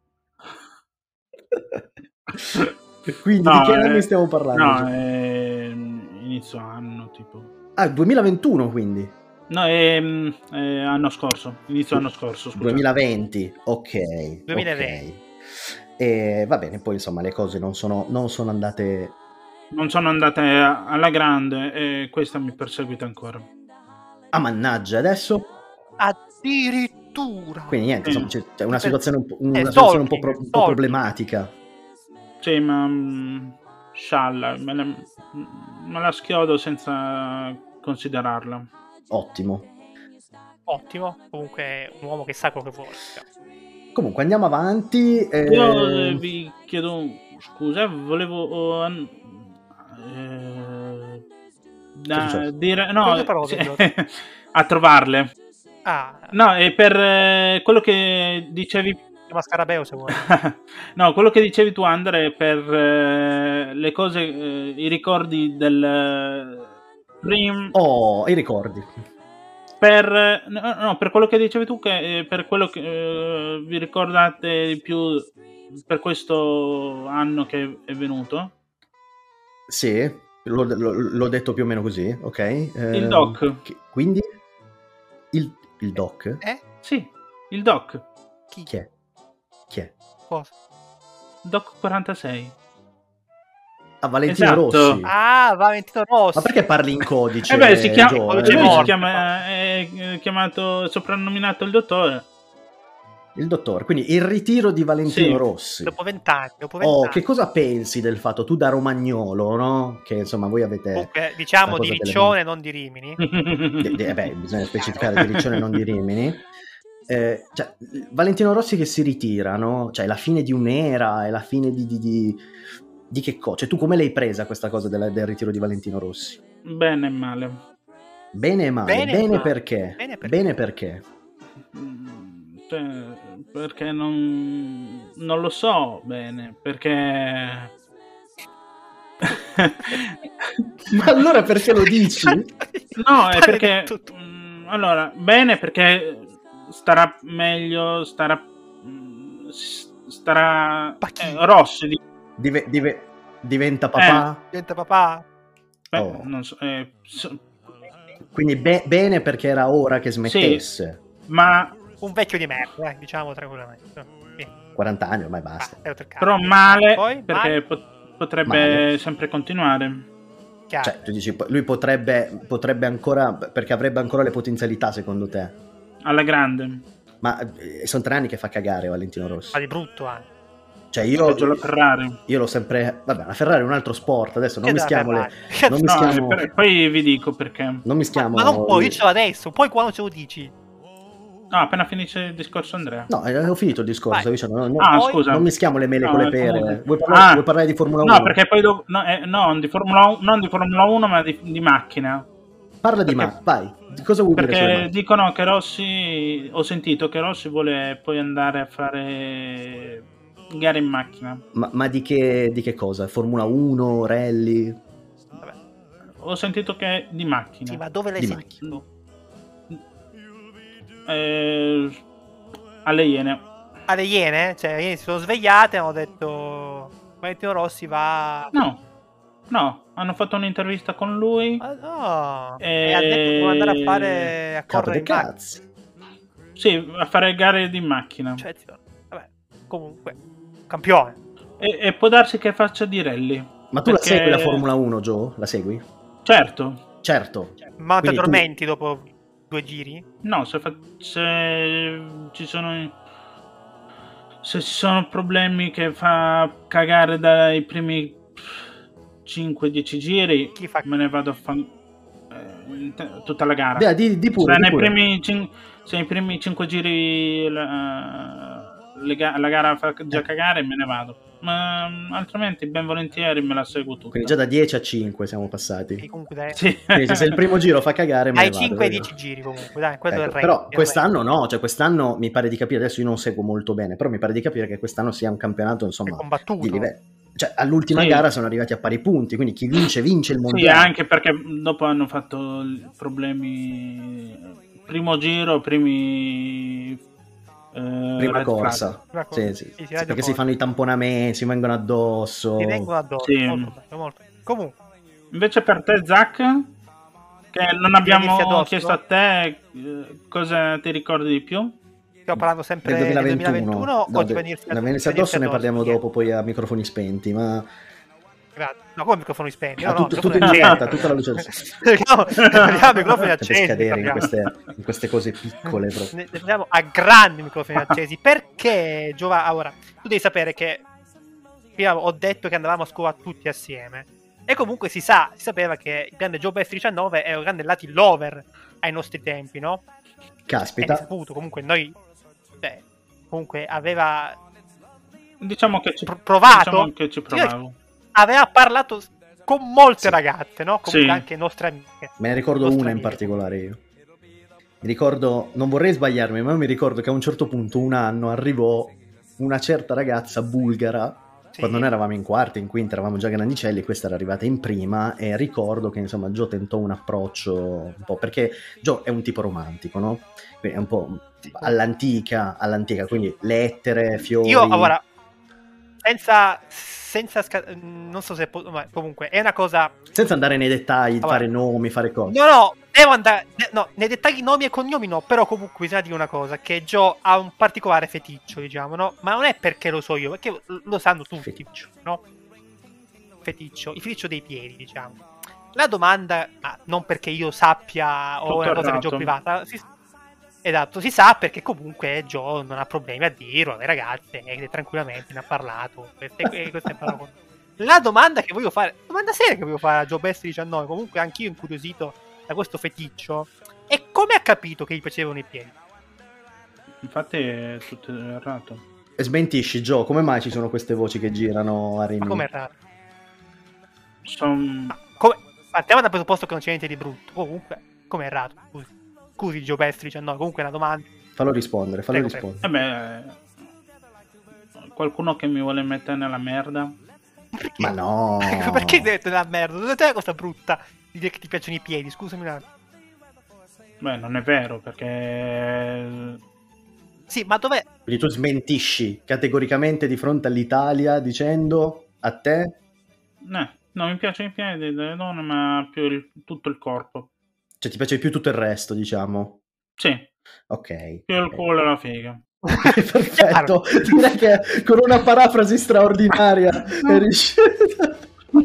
Quindi No, di che eh, anni stiamo parlando? no, Joe? è inizio anno tipo. Ah, duemilaventuno quindi. No, è, mm, è anno scorso, inizio anno scorso, scusa. duemilaventi, ok. duemilaventi. ok. E va bene, poi insomma le cose non sono, non sono andate... Non sono andate a- alla grande e questa mi perseguita ancora. Ah, mannaggia, adesso... Addirittura! Quindi niente, Sì. insomma, c'è, c'è una situazione un po', una Eh, situazione un po', pro- stalking, un po' stalking. problematica. Sì, ma mm, scialla, me la, me la schiodo senza considerarla. Ottimo. Ottimo, comunque è un uomo che sa quello che vuole. Comunque andiamo avanti. eh, Io eh, vi chiedo scusa, volevo oh, an- eh, da- successo? dire Cosa no parlo, sì, Giorgio? a trovarle. Ah, No, e per eh, quello che dicevi chiama Scarabeo se vuoi. no, quello che dicevi tu, Andre, per eh, le cose, eh, i ricordi del eh, prim- Oh, i ricordi. per no, no, per quello che dicevi tu, che eh, per quello che eh, vi ricordate di più per questo anno che è venuto. Sì, l'ho, l'ho- l'ho detto più o meno così, ok. Il Ehm, doc. che- quindi il, il doc? Eh? Sì, il doc. Chi? Chi è? Chi è? Cosa? Doc quarantasei. Ah, Valentino Esatto. Rossi. Ah, Valentino Rossi. Ma perché parli in codice? Eh beh, si chiama, Joe? codice Eh, lui si morto. chiama è, è chiamato, soprannominato il dottore. Il dottore, quindi il ritiro di Valentino Sì. Rossi. Dopo vent'anni, dopo Oh, vent'anni. che cosa pensi del fatto, tu da romagnolo, no? Che insomma voi avete... Comunque, diciamo sta di cosa delle- Riccione, non di Rimini. di- di- eh beh, bisogna specificare di Riccione, non di Rimini. Eh, cioè, Valentino Rossi che si ritira, no? Cioè, è la fine di un'era, è la fine di, di, di, Di che cosa? Cioè, tu come l'hai presa questa cosa della- del ritiro di Valentino Rossi? Bene e male. Bene e male. Bene, Bene, ma- perché? bene perché? Bene perché? Mm, cioè, perché non, non lo so bene, perché... Ma allora perché lo dici? No, è Fare perché... tutto tu. mm, allora, bene perché starà meglio, starà... mm, s- starà... Ma chi? eh, Rossi, di- Dive- dive- diventa papà? Diventa papà? beh, Oh. non so, eh, so- Quindi be- bene perché era ora che smettesse. ma Un vecchio di merda, eh, diciamo tranquillamente. Sì. quaranta anni ormai Ah, basta. è oltre il però cazzo. male Poi, perché male, pot- potrebbe Male. sempre continuare. chiaro. Cioè, tu dici, lui potrebbe, potrebbe ancora, perché avrebbe ancora le potenzialità secondo te. Alla grande. Ma eh, sono tre anni che fa cagare Valentino Ma Rossi. di brutto anche. Cioè io, Peggio la Ferrari. io l'ho sempre... Vabbè, la Ferrari è un altro sport, adesso non Che da mischiamo le... Ferrari? Non No, mischiamo, e per- poi vi dico perché. non Ma, mischiamo... ma non puoi, dicelo adesso, poi quando ce lo dici? No, appena finisce il discorso Andrea. No, eh, ho finito il discorso. Vai. Diciamo, no, no, Ah, poi- scusa. non mischiamo le mele No, con le eh, pere. comunque- Vuoi parlare, Ah. vuoi parlare di Formula uno? No, perché poi dopo... No, eh, no, di Formula uno, non di Formula uno, ma di, di macchina. Parla di perché- ma, vai. Di cosa vuoi dire sulle Perché macchine? dicono che Rossi... Ho sentito che Rossi vuole poi andare a fare gare in macchina. Ma, ma di, che, di che cosa? Formula uno, rally? Vabbè. Ho sentito che di macchina. Sì, ma dove l'hai Di sentito? Eh, alle Iene. Alle Iene? Cioè, le Iene si sono svegliate e hanno detto Valentino Rossi va... No, no, hanno fatto un'intervista con lui. Ma no! Eh, E ha detto che vuole andare a fare... a Capo correre dei in macchina. cazzi. Sì, a fare gare di macchina. Cioè, tipo, vabbè, comunque, campione. E, e può darsi che faccia di rally. Ma tu Perché- la segui la Formula uno, Joe? La segui? Certo. Certo. Ma ti Quindi tu- addormenti dopo due giri? No, se, fa- se ci sono se ci sono problemi che fa cagare dai primi cinque dieci giri, Chi fa- me ne vado a fare tutta la gara. Dai, di, di pure, se, di nei pure. primi cin- se nei primi cinque giri la, le ga- la gara fa già cagare, me ne vado. Ma mm, altrimenti ben volentieri me la seguo tutta. Quindi già da dieci a cinque siamo Che passati. comunque dai, Sì. Quindi se il primo giro fa cagare me ne hai vado, cinque e vero? dieci giri comunque, dai, quello Ecco, è il re. però quest'anno no, cioè quest'anno mi pare di capire, adesso io non seguo molto bene, però mi pare di capire che quest'anno sia un campionato è insomma combattuto. di livello. Cioè all'ultima Sì. gara sono arrivati a pari punti, quindi chi vince vince il Sì, mondiale. anche perché dopo hanno fatto i problemi. Primo giro, primi. eh, Prima red corsa. flag. Prima corsa. Sì, sì, Sì, sì, sì, radio perché si corsa. fanno i tamponamenti, si vengono addosso. Ti vengono addosso, Sì. molto bello, molto bello. Comunque, Invece per te, Zach, che non abbiamo venirsi addosso? chiesto a te, eh, cosa ti ricordi di più? stiamo parlando sempre Del del duemilaventuno, duemilaventuno no, o di de- venirsi da venirsi addosso ne parliamo dopo poi a microfoni spenti, ma Grazie. No, come microfoni spenti? No, a no, tutto, tutto microfoni in accesi. diretta, tutta la luce No, parliamo microfoni per accesi. scadere in parliamo. queste, in queste cose piccole proprio. Ne ne parliamo a grandi microfoni accesi. Perché, Giova, ora, tu devi sapere che prima ho detto che andavamo a scuola tutti assieme. E comunque si sa, si sapeva che il grande Joe Best diciannove è un grande Latin lover ai nostri tempi, no? È Caspita, saputo, comunque noi, cioè, comunque aveva Diciamo che ci, Pro- provato? diciamo che ci provavo. aveva parlato con molte Sì. ragazze, no? Comunque Sì. anche nostre amiche. me ne ricordo Nostre una in amiche. particolare io. Mi ricordo, non vorrei sbagliarmi, ma mi ricordo che a un certo punto, un anno, arrivò una certa ragazza bulgara. Sì. Quando noi eravamo in quarta, in quinta, eravamo già grandicelli, questa era arrivata in prima e ricordo che insomma Joe tentò un approccio un po', perché Joe è un tipo romantico, no? Quindi è un po' all'antica, all'antica, quindi lettere, fiori. Io, ora, senza, senza sca- non so se po- ma comunque è una cosa. Senza andare nei dettagli, Allora. fare nomi, fare cose. No, no, devo andare. ne- No, nei dettagli nomi e cognomi no, però comunque bisogna dire una cosa: che Joe ha un particolare feticcio, diciamo, no? Ma non è perché lo so io, perché lo- lo sanno tutti, Feticcio. no? Feticcio, il feticcio dei piedi, diciamo. La domanda, ma non perché io sappia o Tutto è una cosa che errato. Joe privata, si, esatto, si sa perché comunque Joe non ha problemi a dirlo alle ragazze e tranquillamente ne ha parlato. Queste, e queste ne parlavo con- La domanda che voglio fare, domanda seria che voglio fare a Joe Best diciannove, comunque anch'io incuriosito da questo feticcio, è come ha capito che gli piacevano i piedi? Infatti è tutto errato. E smentisci, Joe, come mai ci sono queste voci che girano a Ma Rimini? com'è raro? Son... Come... Partiamo dal presupposto che non c'è niente di brutto. Comunque, come errato? Scusi, Scusi Joe Bestri diciannove, comunque è una domanda. Fallo rispondere, fallo Prego, rispondere. Eh beh, qualcuno che mi vuole mettere nella merda. Perché? Ma no! Perché hai detto la merda? Dove c'è questa brutta di dire che ti piacciono i piedi? Scusami un attimo. Beh, non è vero, perché... Sì, ma dov'è? Quindi tu smentisci categoricamente di fronte all'Italia dicendo a te... No, non mi piacciono i piedi delle donne, ma più il- tutto il corpo. Cioè ti piace più tutto il resto, diciamo. Sì, Ok. più il ok. culo e la figa. Perfetto. Direi che con una parafrasi straordinaria è riuscito...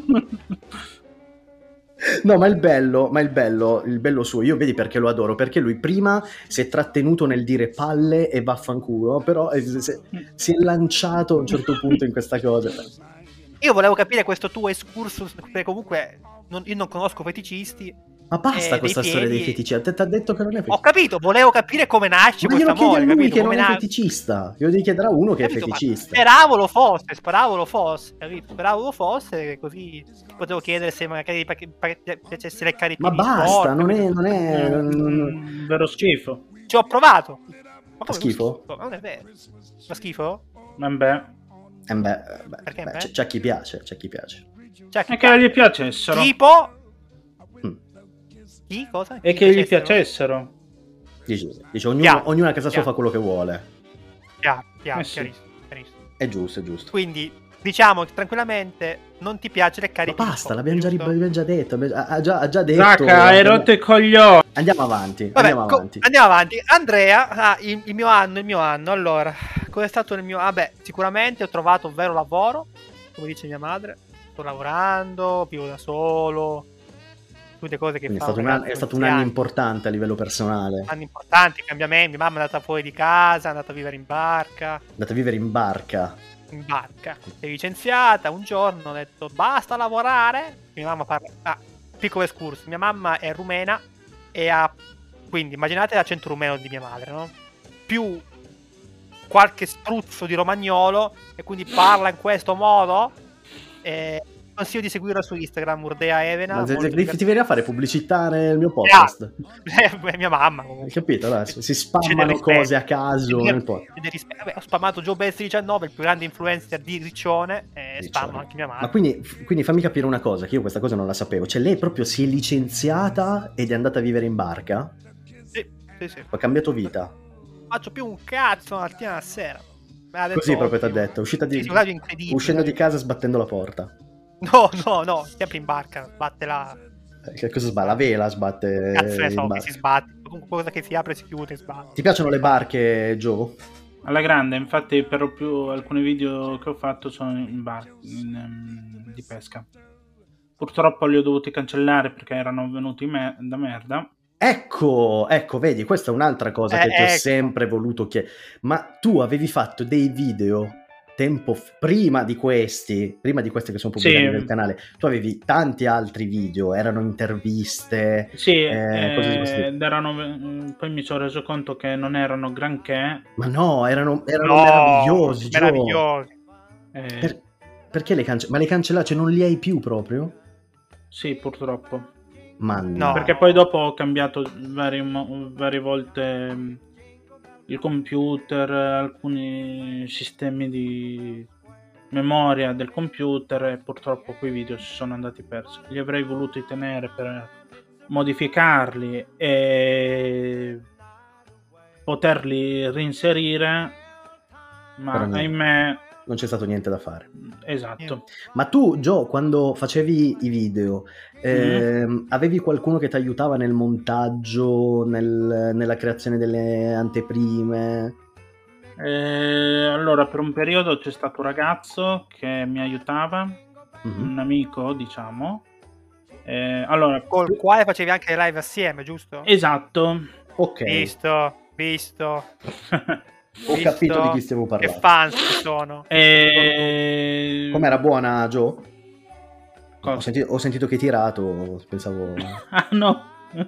No, ma il bello, ma il bello, il bello suo, io vedi perché lo adoro, perché lui prima si è trattenuto nel dire palle e vaffanculo, però è- si si è lanciato a un certo punto in questa cosa. Io volevo capire questo tuo excursus, perché comunque non- io non conosco feticisti. Ma basta eh, questa dei storia dei piedi. fetici, a te ti ha detto che non è Ho feticista. capito, volevo capire come nasce Ma questo glielo chiedi a amore, lui capito? che Come non è na- feticista, glielo devi chiedere a uno che è Capito, ma feticista. Speravo lo fosse, speravo lo fosse, capito? Speravo lo fosse, così potevo chiedere se magari pa- pa- piacesse leccare i Ma piedi basta, sporchi, non è... capito? Non è non- Mm, vero schifo. Ci ho provato. Ma come schifo? Ma non è vero. Ma schifo? Vabbè. eh, beh, eh, beh, Perché, beh, beh? c'è, c'è a chi piace, c'è a chi piace. Cioè, E che gli piacessero. tipo... Mm. Chi? Cosa? E che gli piacessero. Dice, dice ognuno, Chiaro, ognuno a casa sua chiaro. fa quello che vuole. Chiaro, chiaro, Eh sì. chiarissimo, chiarissimo. È giusto, è giusto. Quindi, diciamo che tranquillamente non ti piace leccare Ma i piedi basta, sporchi, l'abbiamo già, giusto? l'abbiamo già detto. abbiamo- Ha, ha già, ha già detto. Zacca, hai andiamo, rotto i coglioni. andiamo avanti. Vabbè, andiamo co- avanti. andiamo avanti. Andrea, ah, il, il mio anno, il mio anno. Allora, cosa è stato il mio... Vabbè, sicuramente ho trovato un vero lavoro, come dice mia madre. Sto lavorando, vivo da solo, tutte cose che Quindi è fa stato, un un anno, ragazzo è stato di un anno anni. importante a livello personale. Anni importanti, cambiamenti. Mia mamma è andata fuori di casa, è andata a vivere in barca. Andate a vivere in barca. In barca. Si è licenziata. Un giorno ho detto basta lavorare. Mia mamma parla. Ah, piccolo escurso. Mia mamma è rumena e ha. Quindi immaginate l'accento rumeno di mia madre, no? Più qualche struzzo di romagnolo e quindi parla in questo modo. E consiglio di seguirla su Instagram, Urdea Evena. Ma se- molto se- ti divertente. viene a fare pubblicità nel mio podcast. Eh, mia mamma Hai comunque. capito? Adesso si C'è spammano del rispetto. cose a caso C'è nel del- podcast. c'è del rispetto. Vabbè, ho spammato Joe Bestri diciannove, il più grande influencer di Riccione, e Riccione. spammo anche mia madre. Ma quindi, quindi fammi capire una cosa, che io questa cosa non la sapevo. Cioè lei proprio si è licenziata ed è andata a vivere in barca? Sì, sì, sì. Ha cambiato vita? Faccio più un cazzo la mattina alla sera. Me l'ha detto Così proprio ti ha ottimo. detto, uscita di, Sì, sì, un orario incredibile. uscendo di casa sbattendo la porta. No, no, no, sempre in barca, sbatte la... Eh, Che cosa sbatte? La vela sbatte Cazzo ne in so che barca. si sbatte. Comunque cosa che si apre e si chiude e sbatte. Ti piacciono le barche, Joe? Alla grande, infatti per lo più alcuni video che ho fatto sono in bar in, ehm, di pesca. Purtroppo li ho dovuti cancellare perché erano venuti me- da merda. Ecco, ecco, vedi, questa è un'altra cosa Eh, che ti ho ecco. sempre voluto chiedere. Ma tu avevi fatto dei video tempo f- prima di questi, prima di questi che sono pubblicati Sì. nel canale, tu avevi tanti altri video, erano interviste, Sì, eh, cose di questo tipo. ed erano, mm, poi mi sono reso conto che non erano granché. Ma no, erano, erano No, meravigliosi, Joe. meravigliosi. eh, Per- perché le cancellate? Ma le cancellate non li hai più proprio? Sì, purtroppo. Ma No. Perché poi dopo ho cambiato varie, mo- varie volte mm, il computer, alcuni sistemi di memoria del computer e purtroppo quei video si sono andati persi. Li avrei voluti tenere per modificarli e poterli reinserire, ma Però niente. ahimè, non c'è stato niente da fare. esatto. Ma tu, Joe, quando facevi i video, ehm, avevi qualcuno che ti aiutava nel montaggio, nel- nella creazione delle anteprime? Eh, allora, per un periodo c'è stato un ragazzo che mi aiutava, Mhm. un amico, diciamo. Eh, allora, Col quale facevi anche le live assieme, giusto? esatto. Ok, Visto, visto. ho visto capito di chi stiamo Che parlando. fans ci sono. Eh, Com'era buona, Joe? Ho cosa? sentito, ho sentito che hai tirato, pensavo... Ah, no.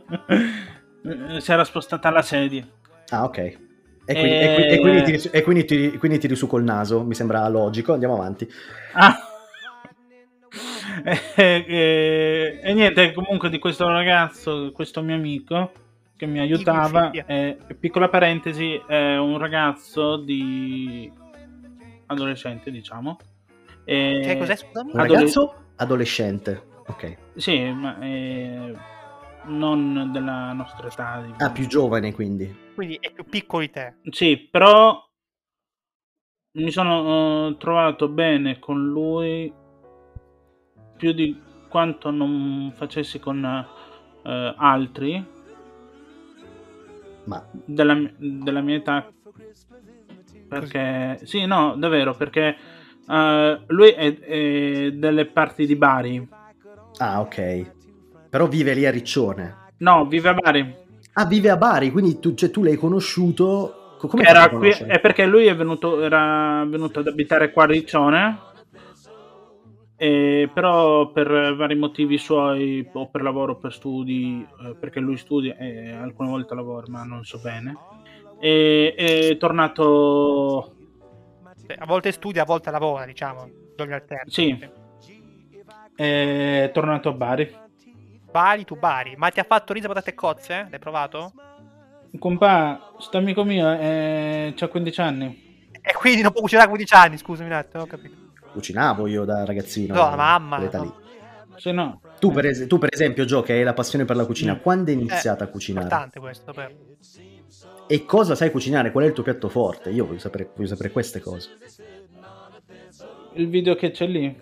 Si era spostata la sedia. Ah, ok. E quindi, e qui- e quindi tiri, e quindi tiri- quindi tiri su col naso, mi sembra logico, andiamo avanti. Ah. e, e, e niente, comunque di questo ragazzo, questo mio amico che mi aiutava, è, piccola parentesi, è un ragazzo di adolescente, diciamo. E che cos'è, scusami? Un ragazzo adolescente, ok. Sì, ma è non della nostra età. Diciamo. Ah, più giovane quindi. Quindi è più piccolo di te. Sì, però mi sono uh, trovato bene con lui più di quanto non facessi con uh, altri Ma della, della mia età. Perché così. Sì, no, davvero, perché uh, lui è, è delle parti di Bari. Ah, ok. Però vive lì a Riccione. No, vive a Bari. Ah, vive a Bari, quindi tu, cioè, tu l'hai conosciuto. Come era qui, è perché lui è venuto, era venuto ad abitare qua a Riccione, e però per vari motivi suoi, o per lavoro o per studi, eh, perché lui studia e alcune volte lavora, ma non so bene, e è tornato. A volte studia, a volte lavora, diciamo. Sì, è tornato a Bari. Bari tu Bari, ma ti ha fatto riso patate e cozze? L'hai provato? Compà, sto amico mio eh, c'ha quindici anni. E quindi non può cucinare a quindici anni, scusami un attimo, ho capito. Cucinavo io da ragazzino. No, la mamma. No. Lì. Se no. Tu, per es- tu per esempio, Gio, che hai la passione per la cucina, Mm. quando hai iniziato eh, a cucinare? È importante questo, per... E cosa sai cucinare? Qual è il tuo piatto forte? Io voglio sapere, voglio sapere queste cose. Il video che c'è lì.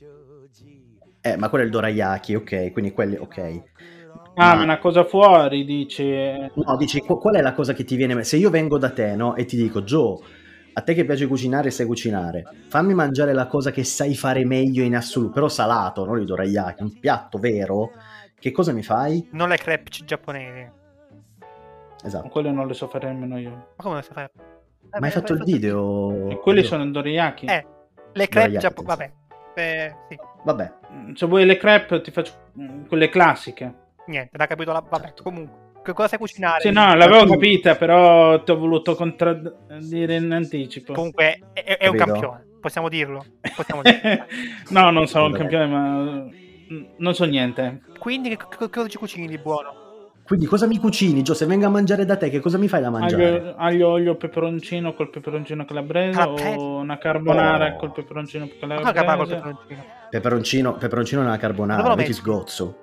Eh, ma quello è il dorayaki, ok, quindi quelli, ok. Ah, ma una cosa fuori, dici... No, dici, qu- qual è la cosa che ti viene... Se io vengo da te, no, e ti dico, Gio, a te che piace cucinare, sai cucinare, fammi mangiare la cosa che sai fare meglio in assoluto, però salato, non il dorayaki, un piatto vero, che cosa mi fai? Non le crepe giapponesi. Esatto. Quelle non le so fare nemmeno io. Ma come non so fare? Ma hai fatto il video? E quelli sono dorayaki. Eh, le crepe Dorayaki, giapponesi, vabbè. Eh, sì. Vabbè. Se vuoi le crepe ti faccio quelle classiche. Niente, l'ha capito la... Vabbè, certo. Comunque. Che cosa sai cucinare? Sì, no, l'avevo capita, però ti ho voluto contraddire in anticipo. Comunque è, è un campione, possiamo dirlo. Possiamo dirlo. No, non sono un campione, ma non so niente. Quindi che, che cosa ci cucini di buono? Quindi cosa mi cucini, Gio? Se vengo a mangiare da te, che cosa mi fai da mangiare? Aglio, aglio olio, peperoncino col peperoncino calabrese, Calabrese. o una carbonara Oh. col peperoncino Ma calabrese. carbonara col peperoncino. Peperoncino, peperoncino nella carbonara, io ti sgozzo.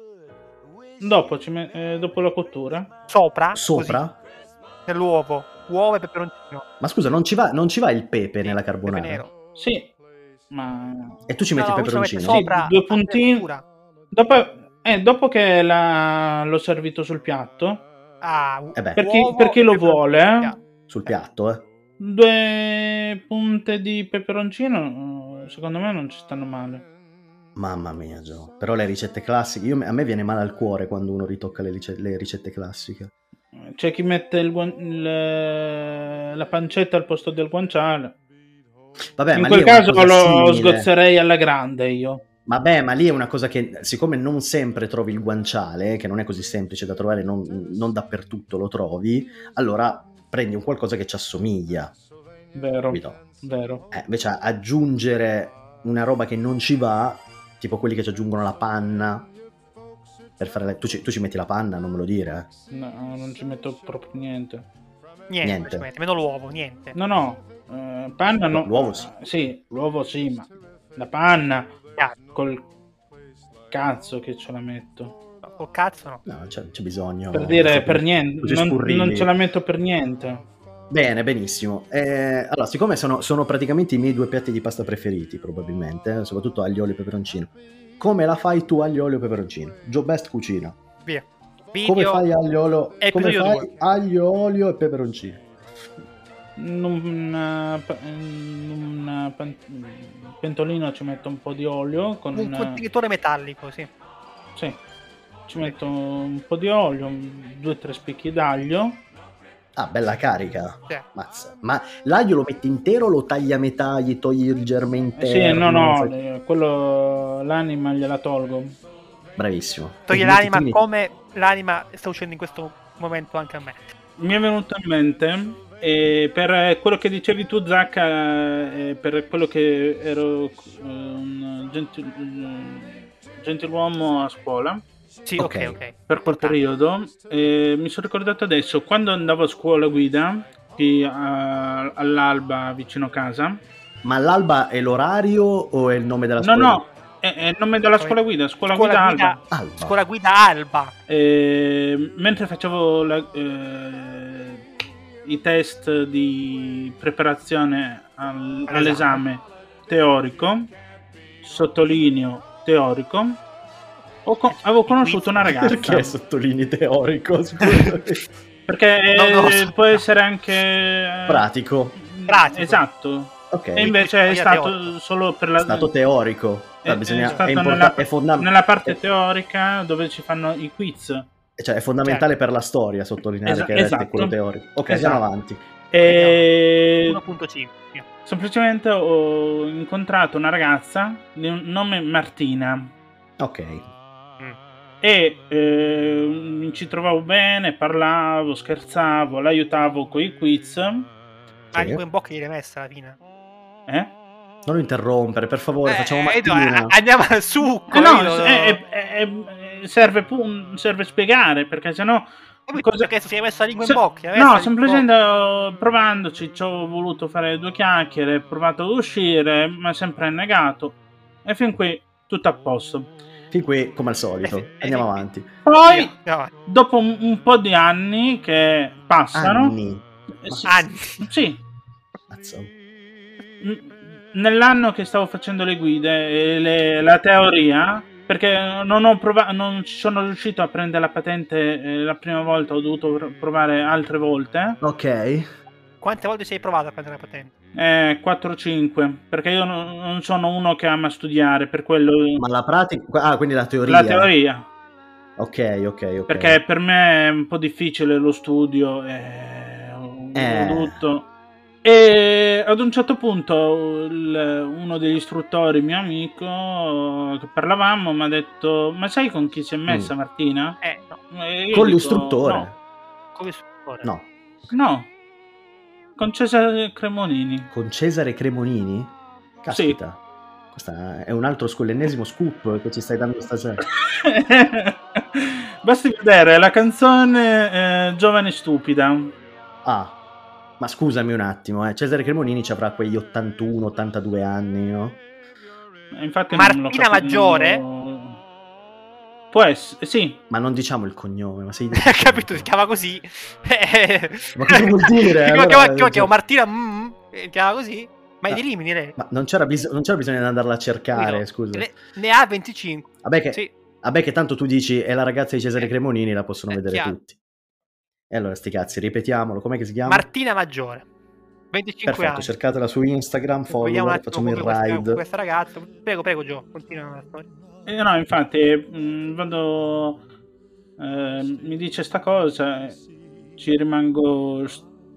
Dopo, ci met- eh, dopo la cottura. Sopra? Sopra? Così, nell'uovo. Uovo e peperoncino. Ma scusa, non ci va, non ci va il pepe nella carbonara? Pepe nero. Sì, ma... E tu ci metti no, il peperoncino? Sì, sopra, due puntini. Dopo, eh, dopo che la, l'ho servito sul piatto, ah, eh beh. per, chi, per chi lo vuole, eh, sul piatto, eh. due punte di peperoncino, secondo me non ci stanno male. Mamma mia, Gio. Però le ricette classiche, io, a me viene male al cuore quando uno ritocca le, rice- le ricette classiche. C'è chi mette il, guan- il, la pancetta al posto del guanciale. Vabbè, in ma quel lì è una caso cosa lo simile. sgozzerei alla grande io. Vabbè, ma lì è una cosa che, siccome non sempre trovi il guanciale, che non è così semplice da trovare, non, non dappertutto lo trovi, allora prendi un qualcosa che ci assomiglia. Vero, Capito? vero. Eh, invece aggiungere una roba che non ci va, tipo quelli che ci aggiungono la panna per fare le... tu, ci, tu ci metti la panna, non me lo dire, eh? No, non ci metto proprio niente. Niente, Niente. niente. Meno l'uovo, niente. No, no, eh, panna no. L'uovo sì. Sì, l'uovo sì, ma la panna Ah. col cazzo che ce la metto. Col cazzo no. No, c'è, c'è bisogno. Per dire, così, per niente, così non, scurrili. non ce la metto per niente. Bene, benissimo. Eh, allora, siccome sono, sono praticamente i miei due piatti di pasta preferiti, probabilmente, eh, soprattutto aglio, olio e peperoncino. Come la fai tu aglio, olio e peperoncino? Joe Best cucina. Via. Video Come fai aglio, olio, come episodio fai due. aglio, olio e peperoncino? In un in un pan- pentolino ci metto un po' di olio con Un contenitore metallico, sì. sì, ci metto un po' di olio, due o tre spicchi d'aglio. Ah, bella carica. Sì. Mazza. Ma l'aglio lo metti intero o lo tagli a metà, gli togli il germe interno? Sì, no, no, fai- eh, quello l'anima gliela tolgo. Bravissimo. Toglie E l'anima metti- come l'anima sta uscendo in questo momento anche a me. Mi è venuto in mente, e per quello che dicevi tu, Zacca, e per quello che ero eh, un gentil- gentiluomo a scuola. Sì, ok, ok. Per quel periodo. E mi sono ricordato adesso, quando andavo a scuola guida, qui a, all'Alba, vicino casa. Ma l'Alba è l'orario o è il nome della no, scuola? No, no, è, è il nome della scuola guida, scuola, scuola guida, guida Alba. Alba. Scuola guida Alba. E, mentre facevo la, eh, i test di preparazione al, all'esame teorico, sottolineo teorico, ho co- avevo conosciuto una ragazza. Perché sottolinei teorico? Perché no, no, eh, può essere anche pratico. Pratico. Esatto. Okay. E invece è stato teorico. Solo per la... È stato teorico. È, ah, bisogna... è stato è import- nella, è fondam- nella parte è... teorica dove ci fanno i quiz. Cioè è fondamentale certo. per la storia sottolineare Esa- che esatto. è quello teorico. Ok, esatto. andiamo avanti. E... uno punto cinque. Semplicemente ho incontrato una ragazza di un nome Martina. Ok. Mm. E eh, ci trovavo bene, parlavo, scherzavo, l'aiutavo con i quiz. Ah, di in bocca gli hai messa alla fine. Eh? Non lo interrompere, per favore, eh, facciamo eh, mattina. Andiamo al succo. Eh no, io... è, è, è, serve, pu- serve spiegare, perché sennò... Cosa... Perché si è messa la lingua in Se... bocca? No, semplicemente bocca. Provandoci, ci ho voluto fare due chiacchiere, ho provato ad uscire, ma sempre negato. E fin qui tutto a posto. Fin qui, come al solito. Eh, Andiamo eh, avanti. Poi, no. dopo un, un po' di anni che passano... Anni? Eh, sì, anni? Sì. Cazzo. Nell'anno che stavo facendo le guide e le, la teoria, perché non ho provato, non ci sono riuscito a prendere la patente eh, la prima volta, ho dovuto provare altre volte. Ok. Quante volte sei provato a prendere la patente? Eh, quattro cinque, perché io non, non sono uno che ama studiare, per quello... Ma la pratica... Ah, quindi la teoria. La teoria. Ok, ok, ok. Perché per me è un po' difficile lo studio e ho eh. dovuto... E ad un certo punto il, uno degli istruttori, mio amico, che parlavamo, mi ha detto: ma sai con chi si è messa mm. Martina? Eh, no. Con dico, l'istruttore? No. Con l'istruttore? No. No. Con Cesare Cremonini. Con Cesare Cremonini? Caspita. Sì. Questo è un altro scu- l'ennesimo scoop che ci stai dando stasera. Basti vedere la canzone eh, Giovane Stupida. Ah. Ma scusami un attimo, eh. Cesare Cremonini ci avrà quegli ottantuno ottantadue anni, no? Infatti Martina Maggiore? Non... Può essere, sì. Ma non diciamo il cognome, ma sei... Hai capito, si chiama così. Ma cosa vuol dire? Allora, chiama, chiama, chiama Martina, mm, si chiama così. Ma no. è di Rimini lei? Ma non c'era, bis- non c'era bisogno di andarla a cercare, no. scusa. Ne, ne ha venticinque. Vabbè che, sì. vabbè che tanto tu dici è la ragazza di Cesare Cremonini, la possono è vedere chiaro. tutti. E allora sti cazzi, ripetiamolo, com'è che si chiama? Martina Maggiore, venticinque Perfetto, anni. cercatela su Instagram, follow, facciamo il ride. Questa, questa ragazza, prego, prego Gio, continua la storia. Eh, no, infatti, mh, vado, eh, mi dice sta cosa, ci rimango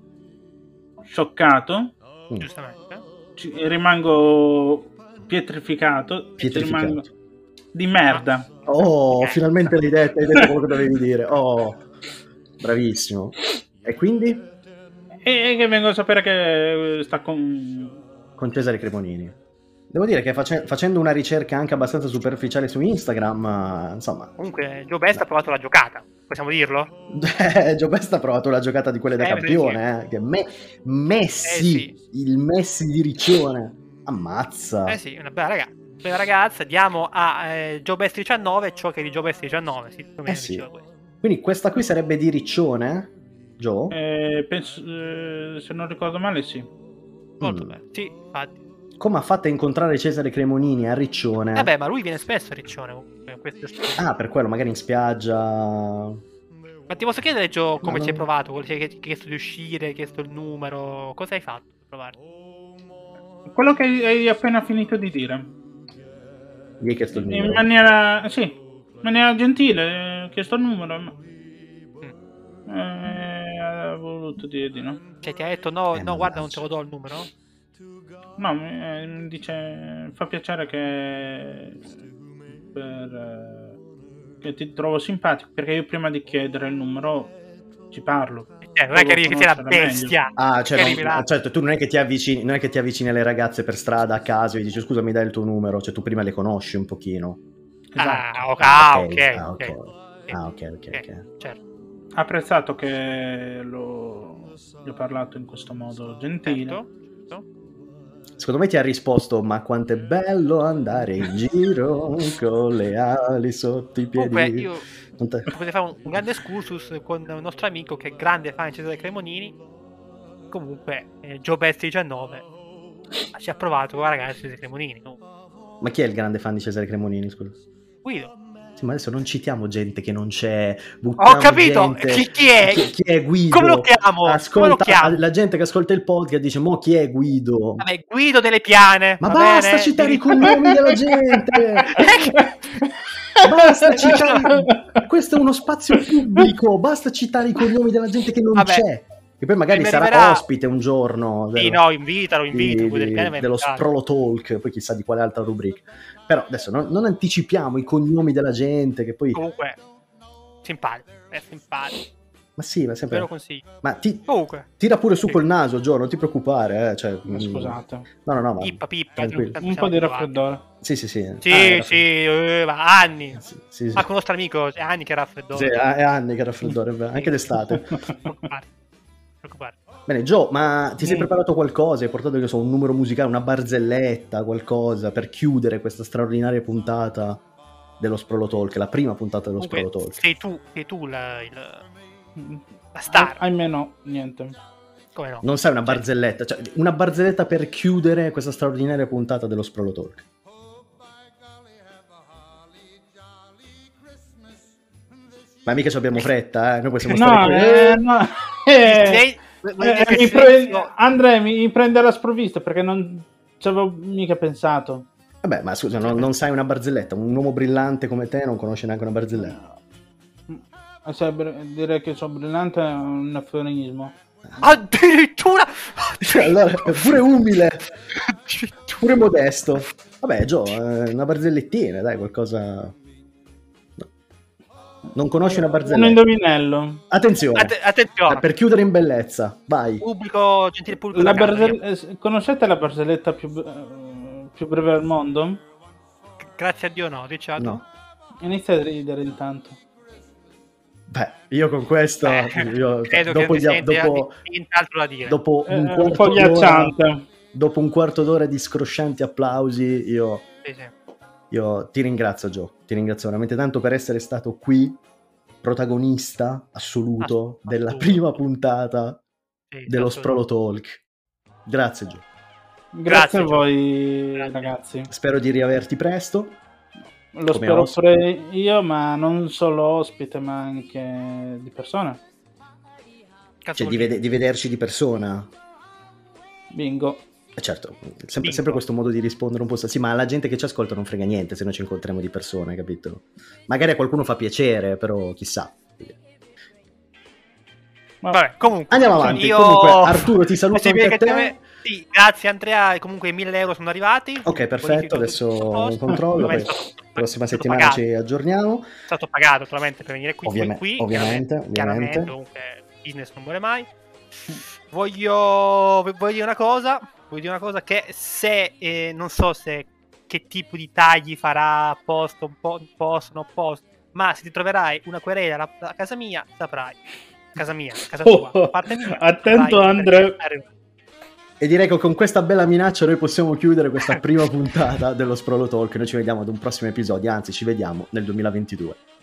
scioccato, mm. giustamente, ci rimango pietrificato, pietrificato. Ci rimango di merda. Oh, finalmente l'hai detto, hai detto quello che dovevi dire. Oh. Bravissimo. E quindi? E che vengo a sapere che sta con... Con Cesare Cremonini. Devo dire che face- facendo una ricerca anche abbastanza superficiale su Instagram, insomma... Comunque, Joe Best ha provato la giocata, possiamo dirlo? Joe Best ha provato la giocata di quelle da eh, campione, eh, che me- Messi, eh, sì. il Messi di Riccione. Ammazza. Eh sì, una bella ragazza. Bella ragazza, diamo a eh, Joe Best diciannove ciò che è di Joe Best diciannove. Sì, eh sì. Quindi questa qui sarebbe di Riccione, Joe? Eh, penso, eh, se non ricordo male, sì. Molto mm. bene, sì, infatti. Come ha fatto a incontrare Cesare Cremonini a Riccione? Vabbè, ma lui viene spesso a Riccione. Ah, per quello, magari in spiaggia. Ma ti posso chiedere, Joe, come no, ci hai no. provato? Ti hai chiesto di uscire, hai chiesto il numero? Cosa hai fatto per provare? Quello che hai appena finito di dire. Gli hai chiesto il numero? In maniera... sì, in maniera gentile, ho chiesto il numero, ma... Mm. Eh, ha voluto dire di no. Cioè ti ha detto no, eh, no guarda non te lo do il numero? No, mi, mi dice fa piacere che per che ti trovo simpatico, perché io prima di chiedere il numero ci parlo. Eh, non è che arrivi che sei la bestia. Meglio. Ah, cioè, non, certo, tu non è che ti avvicini, non è che ti avvicini alle ragazze per strada a caso e dici scusa mi dai il tuo numero, cioè tu prima le conosci un pochino. Esatto. Ah, ok, ah, ok, ah, ok. ok. Ah, ok, ok, ok. Certo. Ha apprezzato che lo... gli ho parlato in questo modo gentile. Certo, certo. Secondo me ti ha risposto: ma quanto è bello andare in giro con le ali sotto i piedi. Comunque io Non te- potrei fare un, un grande excursus con un nostro amico che è grande fan di Cesare Cremonini. Comunque eh, Joe Best diciannove ci ha provato con la ragazza di Cesare Cremonini, no? Ma chi è il grande fan di Cesare Cremonini, scusa? Guido. Sì, ma adesso non citiamo gente che non c'è. Ho buttiamo capito, gente- chi, chi è? Chi, chi è Guido? Come lo chiamo? Ascolta, Come lo chiamo? la gente che ascolta il podcast dice: mo chi è Guido? Vabbè, Guido delle Piane. Ma va basta bene? citare Di- i cognomi della gente! Basta citare. Questo è uno spazio pubblico. Basta citare i cognomi della gente che non Vabbè. c'è. Che poi magari Mi sarà arriverà- ospite un giorno. Sì, dello- no, invitalo, di- invito. Guido delle di- Piane va dello invitato. Sprolo Talk, poi chissà di quale altra rubrica. Però adesso non, non anticipiamo i cognomi della gente che poi. Comunque, simpatico, è simpatico. Ma sì, ma Ve lo sempre. consiglio. Ma ti, Comunque, tira pure su Sì. col naso, Gio, non ti preoccupare. Eh. Cioè, mm, Scusate, No, no, no. Ma... pippa, pippa. tranquillo. tanto un siamo po' di abituati. raffreddore. Sì, sì, sì. Sì, Ah, era- sì, eh, ma anni. Sì, sì, sì. Ma con il nostro amico è anni che raffreddore. Sì, è anni che raffreddore, è vero, anche d'estate. Non preoccupare. Non preoccupare. Bene, Gio, ma ti sei Mm. preparato qualcosa? Hai portato, che so, un numero musicale, una barzelletta, qualcosa per chiudere questa straordinaria puntata dello Sprolo Talk, la prima puntata dello Sprolo Comunque, Talk. sei tu, sei tu la, il- la star. Ah, ahimè no, niente. Come no? Non sai una barzelletta, cioè una barzelletta per chiudere questa straordinaria puntata dello Sprolo Talk. Ma mica ci abbiamo fretta, eh? Noi possiamo No, stare qui. eh, no. Eh, Sei- vuol dire eh, che mi il pre- silenzio- Andrea mi, mi prende alla sprovvista perché non ci avevo mica pensato. Vabbè, ma scusa, non, non sai una barzelletta? Un uomo brillante come te non conosce neanche una barzelletta. Eh, sai, br- direi che sono brillante è un eufemismo. Addirittura. Allora, è pure umile, pure modesto. Vabbè, Gio, eh, una barzellettina, dai, qualcosa. No. Non conosci una Un barzelletta? indovinello. Attenzione, Att- attenzione. per chiudere in bellezza, vai. Pubblico, gentile pubblico. La da casa, barzel- eh, conoscete la barzelletta più, b- eh, più breve al mondo? io- Grazie a Dio no, Ricciardo. No. Inizia a ridere intanto. Beh, io con questo, Eh, io, credo dopo, che gli- non sente dopo, nient'altro da dire. dopo Eh, un un quarto po' d'ora, ghiacciante. dopo un quarto d'ora di scroscianti applausi, io, Sì, sì. io ti ringrazio, Gio, ti ringrazio veramente tanto per essere stato qui, protagonista assoluto Ass- della assoluto. prima puntata Sì, dello sì, Sprolo Talk. Grazie, Gio. Grazie, Grazie, a Gio. voi Grazie. ragazzi. Spero di riaverti presto. Lo Come spero ospite. pure io, ma non solo ospite, ma anche di persona. Cazzo Cioè, vuol di, dire? vede- di vederci di persona. Bingo. Eh, certo, sempre, Bingo. sempre questo modo di rispondere un po'. Sì, ma alla gente che ci ascolta non frega niente se noi ci incontriamo di persona, capito? Magari a qualcuno fa piacere, però chissà. Vabbè, comunque. Andiamo avanti. Io... Comunque, Arturo, ti saluto Sì, anche a perché te. te- Sì, grazie Andrea, e comunque i mille euro sono arrivati. Ok, perfetto, Bonifico adesso tutto a posto. controllo, poi Ovviamente stato- prossima stato settimana pagato. ci aggiorniamo. È stato pagato naturalmente per venire qui, Ovviamente, qui, ovviamente, chiaramente, chiaramente, ovviamente. comunque business non muore mai. Voglio, voglio dire una cosa, voglio dire una cosa che se, eh, non so se che tipo di tagli farà, post, un po', post, non post, ma se ti troverai una querela a a casa mia, saprai. Casa mia, casa tua, Oh, a parte mia, attento, saprai Andre. perché arriva. E direi che con questa bella minaccia noi possiamo chiudere questa prima puntata dello Sprolo Talk. Noi ci vediamo ad un prossimo episodio, anzi ci vediamo nel duemilaventidue.